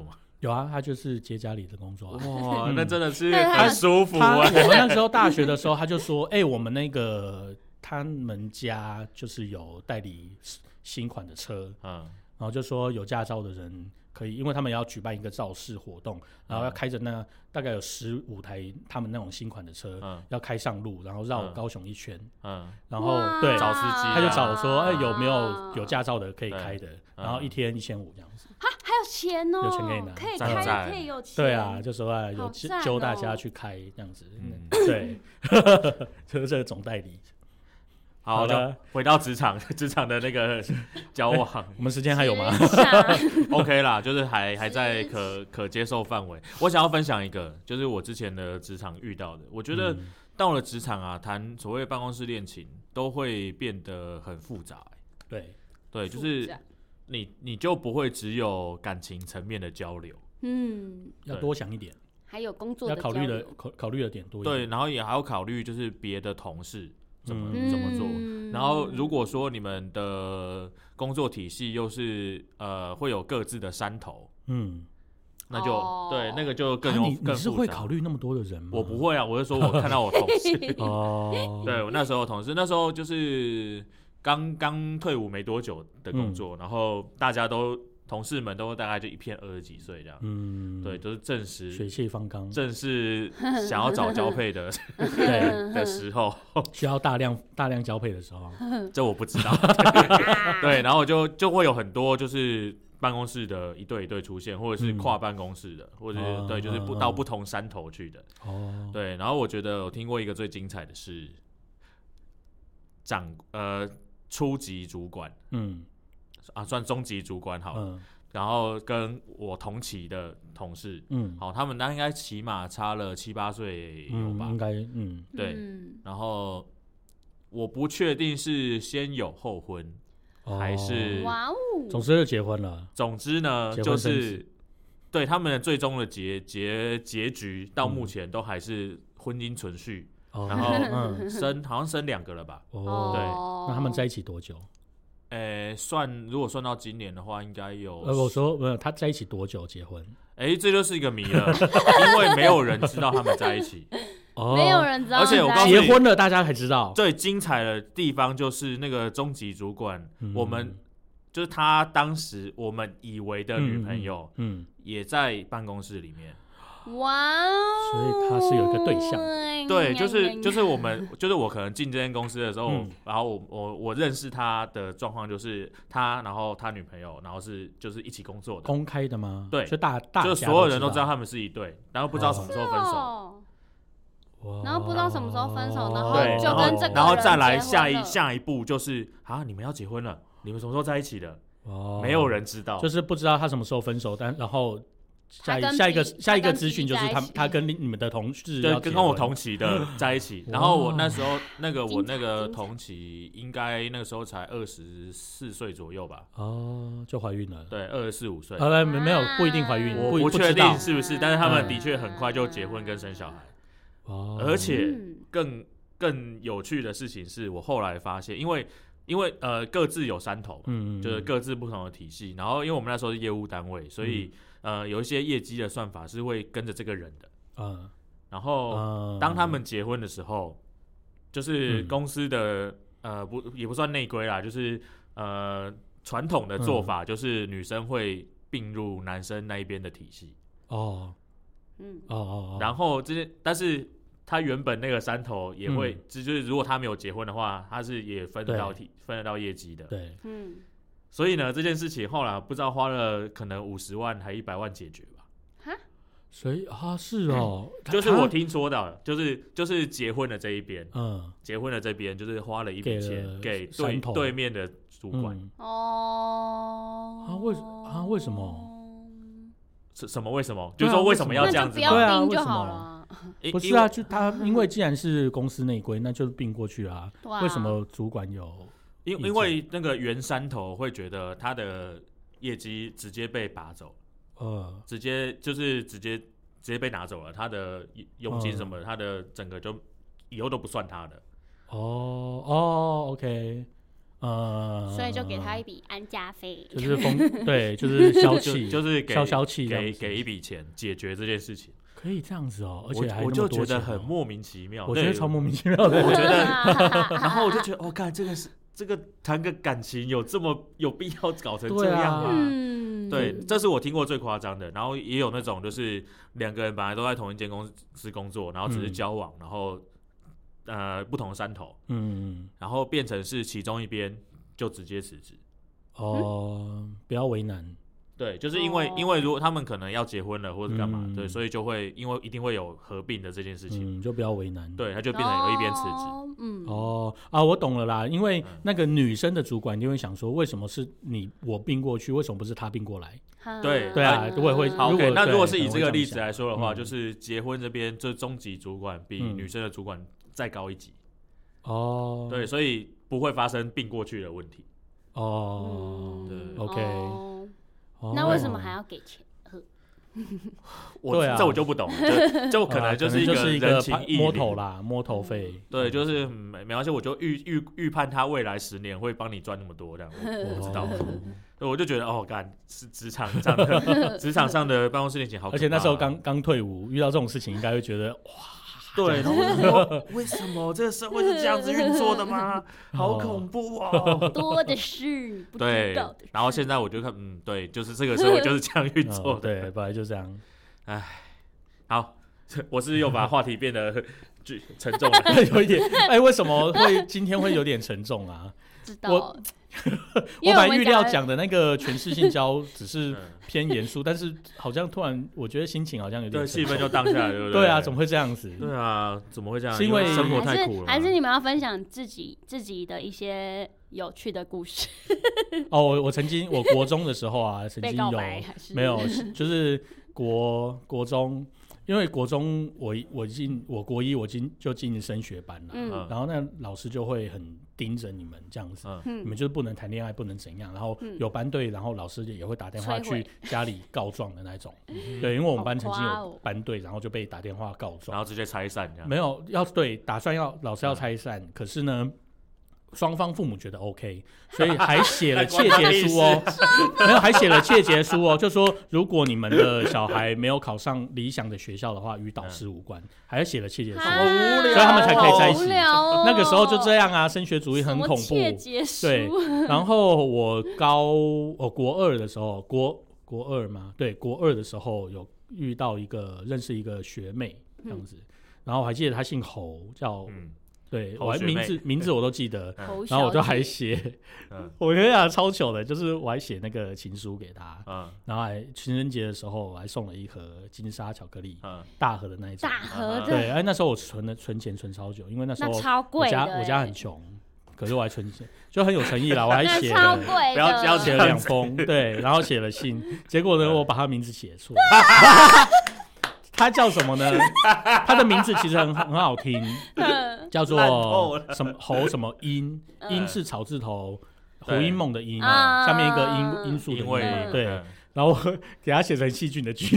有啊，他就是接家里的工作哇，那真的是很舒服啊。 我们那时候大学的时候，他就说，我们那个他们家就是有代理新款的车，然后就说有驾照的人可以，因为他们要举办一个造势活动，然后要开着那大概有15台他们那种新款的车，要开上路，然后绕高雄一圈，然后对找司机， 他就找我说，有没有驾照的可以开的，然后1天1500这样子。 还有钱哦， 有钱可以拿， 可以开，可以有钱。 对啊，就说有揪大家去开这样子，对，就是这个总代理。 好的，回到职场的那个交往， 我们时间还有吗 ？OK 啦，就是还在可接受范围。我想要分享一个，就是我之前的职场遇到的。我觉得到了职场啊，谈所谓办公室恋情都会变得很复杂。对，就是你就不会只有感情层面的交流， 要多想一点， 还有工作的要考虑的点多一点。 对，然后也还要考虑就是别的同事。怎么做？然后如果说你们的工作体系又是会有各自的山头，那就对那个就更复杂。 你是会考虑那么多的人吗？ 我不会啊，我是说我看到我同事对我那时候同事，那时候就是刚退伍没多久的工作，然后大家同事们都大概就一片20几岁这样，对，都是正时血气方刚， 正是想要找交配的的时候， 需要大量交配的时候， 这我不知道。对，然后就会有很多就是办公室的一对一对出现，或者是跨办公室的，或者是对，就是到不同山头去的。对，然后我觉得我听过一个最精彩的是初级主管，算中级主管好了，然后跟我同期的同事，好，他们应该起码差了7、8岁有吧？ 应该， 对，然后我不确定是先有后婚，还是总之就结婚了。 总之呢，就是对他们的最终的结局，到目前都还是婚姻存续，然后好像生2个了吧？对， 那他们在一起多久？ 如果算到今年的话，应该有。 我说他在一起多久结婚？ 这就是一个谜了，因为没有人知道他们在一起， 没有人知道。 而且我告诉你， 结婚了大家才知道。 最精彩的地方就是那个中级主管，我们就是他当时我们以为的女朋友，也在办公室里面。 哇， 所以他是有一个对象。 对，就是我可能进这间公司的时候，然后我认识他的状况就是他，然后他女朋友，然后就是一起工作的， 公开的吗？ 对， 就就所有人都知道他们是一对，然后不知道什么时候分手， 然后不知道什么时候分手，然后对， 就跟这个人然后再来下一步就是你们要结婚了，你们什么时候在一起的？没有人知道， 就是不知道他什么时候分手，然后。下一个资讯就是他跟你们的同事要跟我同期的在一起，然后我那时候我那个同期应该那个时候才24岁左右吧， 就怀孕了， 对，24、5岁， 没有不一定怀孕， 我不确定是不是，但是他们的确很快就结婚跟生小孩，而且更有趣的事情是我后来发现，因为各自有山头，就是各自不同的体系，然后因为我们那时候是业务单位，所以有一些业绩的算法是会跟着这个人的，然后当他们结婚的时候，就是公司的也不算内规啦，就是传统的做法就是女生会并入男生那一边的体系，然后但是他原本那个山头也会，就是如果他没有结婚的话，他是也分得到业绩的。 对， 所以呢，这件事情后来不知道花了可能50万还100万解决吧。 所以是哦， 就是我听说的，就是结婚的这一边，结婚的这边就是花了一笔钱给对面的主管。 为什么？ 什么？为什么？就是说为什么要这样子？ 对啊，为什么？ 不是啊，就他因为既然是公司内规，那就并过去啊。为什么主管有？ 因为那个原山头会觉得他的业绩直接被拔走，直接被拿走了，他的佣金什么的，他的整个就以后都不算他的。 OK， 所以就给他一笔安家费， 就是对，就是消气， 就是消气， 给一笔钱解决这件事情。 可以这样子哦，而且还我就觉得很莫名其妙， 我觉得超莫名其妙的。 我觉得，然后我就觉得，干这个谈个感情有必要搞成这样吗？对，这是我听过最夸张的。然后也有那种就是2个人本来都在同一间公司工作，然后只是交往，然后不同山头，然后变成是其中一边就直接辞职。 不要为难。 对，就是因为如果他们可能要结婚了或者干嘛，对，所以就会因为一定会有合并的这件事情， 就不要为难。 对，他就变成有一边辞职。 我懂了啦，因为那个女生的主管一定会想说，为什么是我并过去，为什么不是他并过来？ 对啊，我也会。 OK， 那如果是以这个例子来说的话，就是结婚这边这中级主管比女生的主管再高一级。对，所以不会发生并过去的问题。 对 ，OK。 那为什么还要给钱？ 这我就不懂了，就可能就是一个人情义理， 摸头啦，摸头费。 对，就是没关系，我就预判他未来10年会帮你赚那么多，这样我不知道。我就觉得干是职场上的办公室恋情好可怕， 而且那时候刚退伍，遇到这种事情应该会觉得哇。 对，然后我就说为什么这个社会是这样子运作的吗？好恐怖哦！ 多的是不知道的事。 然后现在我就看，对，就是这个社会就是这样运作的。 对，本来就这样。 好，我是又把话题变得沉重了， 有一点。为什么今天会有点沉重啊？ 知道。 我本来预料讲的那个诠释性交只是偏严肃，但是好像突然我觉得心情好像有点气氛就荡下来，对不对？ 对啊，怎么会这样子？ 对啊，怎么会这样？ 是因为生活太苦了， 还是你们要分享自己的一些有趣的故事？ 我曾经我国中的时候啊，曾经没有，就是国中。因为国中我国一我就进升学班了，然后那老师就会很盯着你们这样子，你们就是不能谈恋爱，不能怎样，然后有班队，然后老师也会打电话去家里告状的那种。对，因为我们班曾经有班队，然后就被打电话告状， 然后直接拆散这样。 没有打算老师要拆散，可是呢。双方父母觉得 OK， 所以还写了切结书哦，没有，还写了切结书哦，就说如果你们的小孩没有考上理想的学校的话，与导师无关，还写了切结书， 好无聊， 所以他们才可以在一起。 那个时候就这样啊，升学主义很恐怖。 切结书。 对，然后我国二的时候，国二嘛，对，国二的时候有认识一个学妹这样子，然后我还记得她姓侯，叫。对，我还名字我都记得，然后我就还写，我跟你讲超糗的，就是我还写那个情书给他，然后情人节的时候我还送了一盒金沙巧克力，大盒的那一种， 大盒的， 对，那时候我存钱存超久，因为那时候超贵的， 我家很穷，可是我还存钱，就很有诚意啦，我还写了， 超贵的， 不要写了2封，对，然后写了信，结果呢，我把他名字写错。他叫什么呢？他的名字其实很好听，叫做什么侯什么音，音是草字头，胡因梦的音，下面一个因素的因，对。然后我给他写成细菌的菌，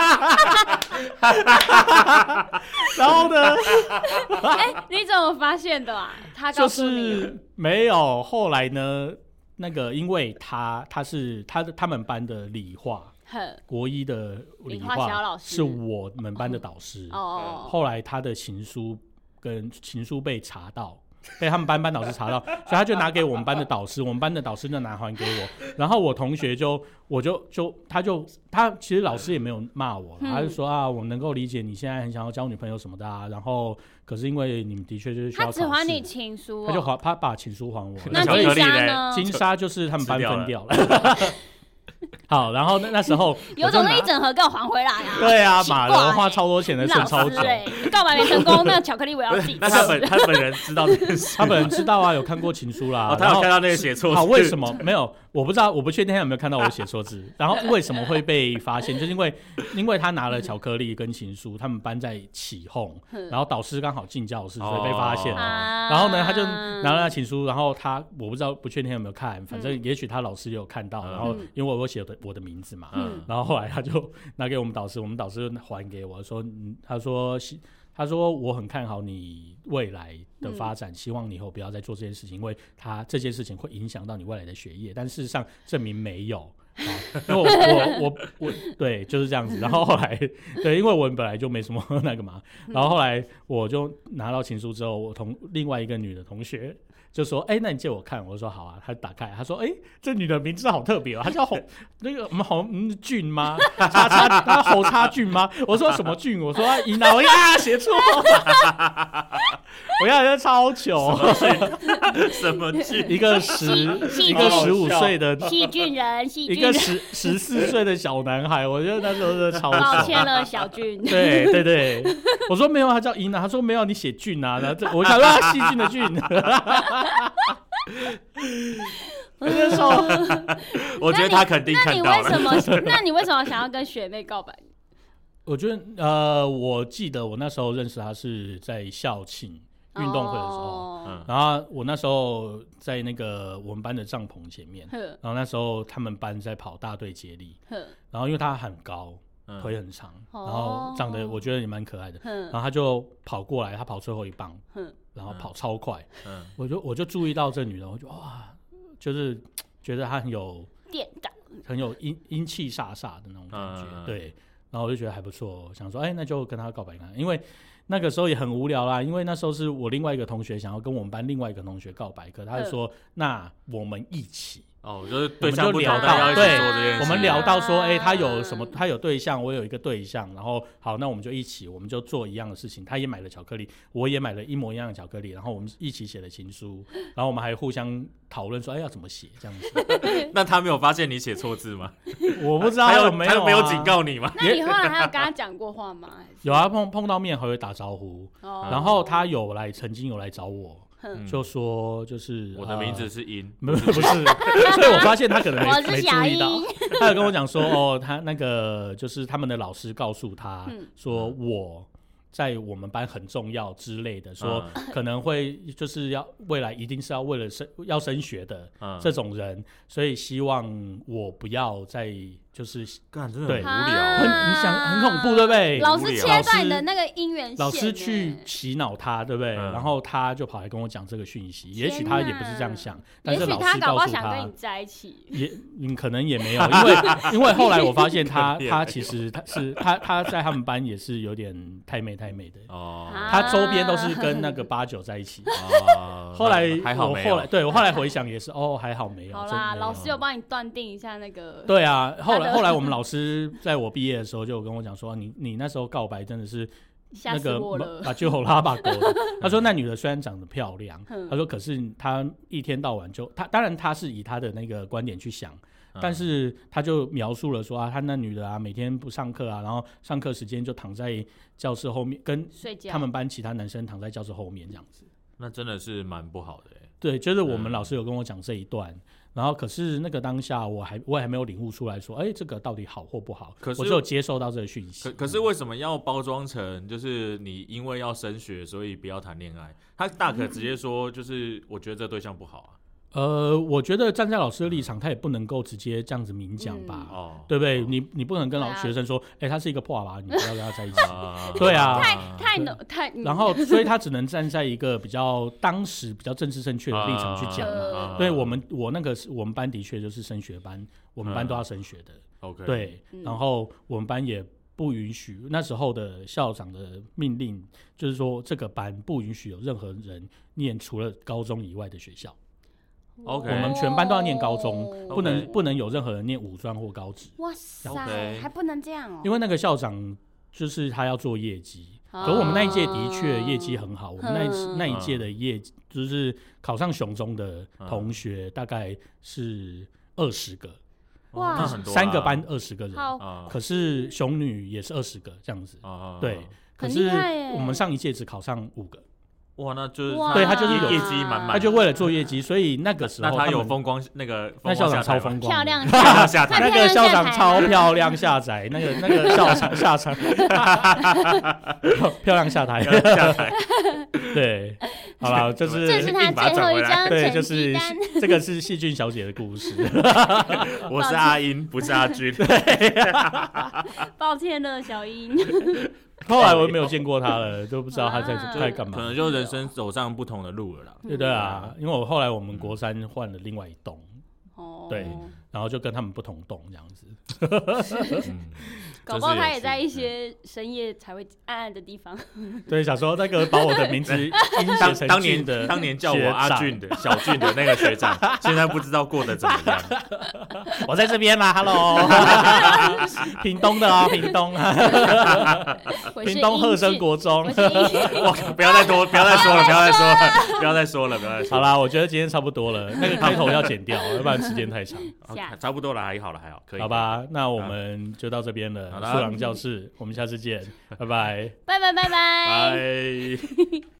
然后呢？ 你怎么发现的啊？他告诉你就是没有。后来呢？那个因为他们班的理化。国一的理化是我们班的导师，后来他的情书被查到，被他们班导师查到，所以他就拿给我们班的导师，我们班的导师就拿还给我，然后我同学他其实老师也没有骂我，他就说我能够理解你现在很想要交女朋友什么的然后可是因为你们的确就是需要考试， 他只还你情书， 他把情书还我， 那金沙呢？ 金沙就是他们班分掉了。好，然后那时候有种一整盒给我还回来啊！ 对啊，妈的，我花超多钱的，存超久。 告白没成功，那巧克力我要自己吃。 那他本人知道这件事， 他本人知道啊，有看过情书啦。 他有看到那个写错字。 好，为什么没有？我不知道，我不确定他有没有看到我写错字。然后为什么会被发现？就是因为他拿了巧克力跟情书，他们班在起哄，然后导师刚好进教室，所以被发现了。然后呢，他就拿了情书，然后我不知道，不确定有没有看，反正也许他老师也有看到。然后因为我写我的名字嘛，然后后来他就拿给我们导师，我们导师就还给我说，他他说我很看好你未来的发展，希望你以后不要再做这件事情，因为这件事情会影响到你未来的学业，但事实上证明没有。因为我对就是这样子，然后后来对，因为我本来就没什么那个嘛，然后后来我就拿到情书之后，我另外一个女的同学就说：“那你借我看。”我说：“好啊。”他打开，他说：“这女的名字好特别哦，她叫那个洪俊吗？她侯差俊吗？”我说：“什么俊？”我说：“伊娜。”我写错，我要超糗， 什么俊？ 一个15岁的细菌人， 一个14岁的小男孩，我觉得那时候是超糗。 抱歉了，小俊。 对，我说没有，他叫伊娜。他说没有，你写俊啊。然后我想说他细菌的菌。 我觉得他肯定看到了。 那你为什么想要跟学妹告白？ 我觉得我记得我那时候认识他是在校庆运动会的时候，然后我那时候在那个我们班的帐篷前面，然后那时候他们班在跑大队接力，然后因为他很高，腿很长，然后长得我觉得也蛮可爱的，然后他就跑过来，他跑最后一棒，然后跑超快，我就注意到这女人，我就哇，就是觉得她很有电感， 很有英气飒飒的那种感觉，对，然后我就觉得还不错，想说那就跟她告白看，因为那个时候也很无聊啦，因为那时候是我另外一个同学想要跟我们班另外一个同学告白，可他就说那我们一起。 就是对象不同， 对，我们聊到说，他有什么？他有对象，我有一个对象，然后好，那我们就一起，我们就做一样的事情。他也买了巧克力，我也买了一模一样的巧克力，然后我们一起写了情书，然后我们还互相讨论说，要怎么写这样子。 那他没有发现你写错字吗？ 我不知道他有没有没有警告你吗？ 那你后来还有跟他讲过话吗？ 有啊，碰到面还会打招呼，然后他曾经有来找我。就说就是我的名字是英， 不是，所以我发现他可能没注意到，他有跟我讲说他那个就是他们的老师告诉他说我在我们班很重要之类的，说可能会就是未来一定是要为了要升学的这种人，所以希望我不要再就是干，真的很无聊， 你想很恐怖对不对？ 老师切断你的那个姻缘线， 老师去洗脑他对不对？然后他就跑来跟我讲这个讯息，也许他也不是这样想，但是老师告诉也许他搞不好想跟你在一起， 可能也没有，因为后来我发现他其实他在他们班也是有点太妹的他周边都是跟那个89在一起。后来还好没有， 对我后来回想也是还好没有。 好啦，老师有帮你断定一下那个。 对啊，后来我们老师在我毕业的时候就有跟我讲说，你那时候告白真的是那个把就吼拉把狗的。他说那女的虽然长得漂亮，他说可是她一天到晚当然他是以他的那个观点去想。但是他就描述了说他那女的每天不上课然后上课时间就躺在教室后面，跟他们班其他男生躺在教室后面这样子。那真的是蛮不好的。 对，就是我们老师有跟我讲这一段。然后可是那个当下我也还没有领悟出来说这个到底好或不好，我只有接受到这个讯息。 可是为什么要包装成就是你因为要升学所以不要谈恋爱？他大可直接说就是我觉得这对象不好我觉得站在老师的立场，他也不能够直接这样子明讲吧，对不对？你不能跟学生说，他是一个破娃，你不要跟他在一起。对啊， 太。 然后，所以他只能站在一个当时比较政治正确的立场去讲嘛。对我们班的确就是升学班，我们班都要升学的。 OK， 对，然后我们班也不允许，那时候的校长的命令就是说，这个班不允许有任何人念除了高中以外的学校。 Okay, 我们全班都要念高中，不能有任何人念五专或高职。 哇塞，还不能这样因为那个校长就是他要做业绩，可我们那一届的确业绩很好，我们那一届的业绩就是考上雄中的同学大概是20个， 哇 ，3个班20个人，可是雄女也是20个这样子，对，可是我们上一届只考上5个。 哇，那就是对他就是有业绩满满， 他就为了做业绩，所以那个时候那他有风光那校长超风光， 漂亮下台， 那个校长超漂亮下台，那个校长下台，漂亮下台，对，好了，这是他最后一张对，就是这个是细菌小姐的故事。 我是阿英，不是阿君， 抱歉了，小英。 后来我没有见过他了，都不知道他在干嘛。 可能就人生走上不同的路了啦。 对啊，因为我们国三换了另外一栋，对，然后就跟他们不同栋这样子。 搞不好他也在一些深夜才会暗暗的地方。 对，想说那个把我的名字音写成俊的， 当年叫我阿俊的小俊的那个学长，现在不知道过得怎么样。 我在这边啦 ，Hello， 屏东的哦，屏东，屏东鹤生国中。 哇，不要再说了。 好啦，我觉得今天差不多了，那个开头要剪掉，要不然时间太长。 差不多了，还好，可以。 好吧，那我们就到这边了。素郎教室，我们下次见，拜拜， 拜。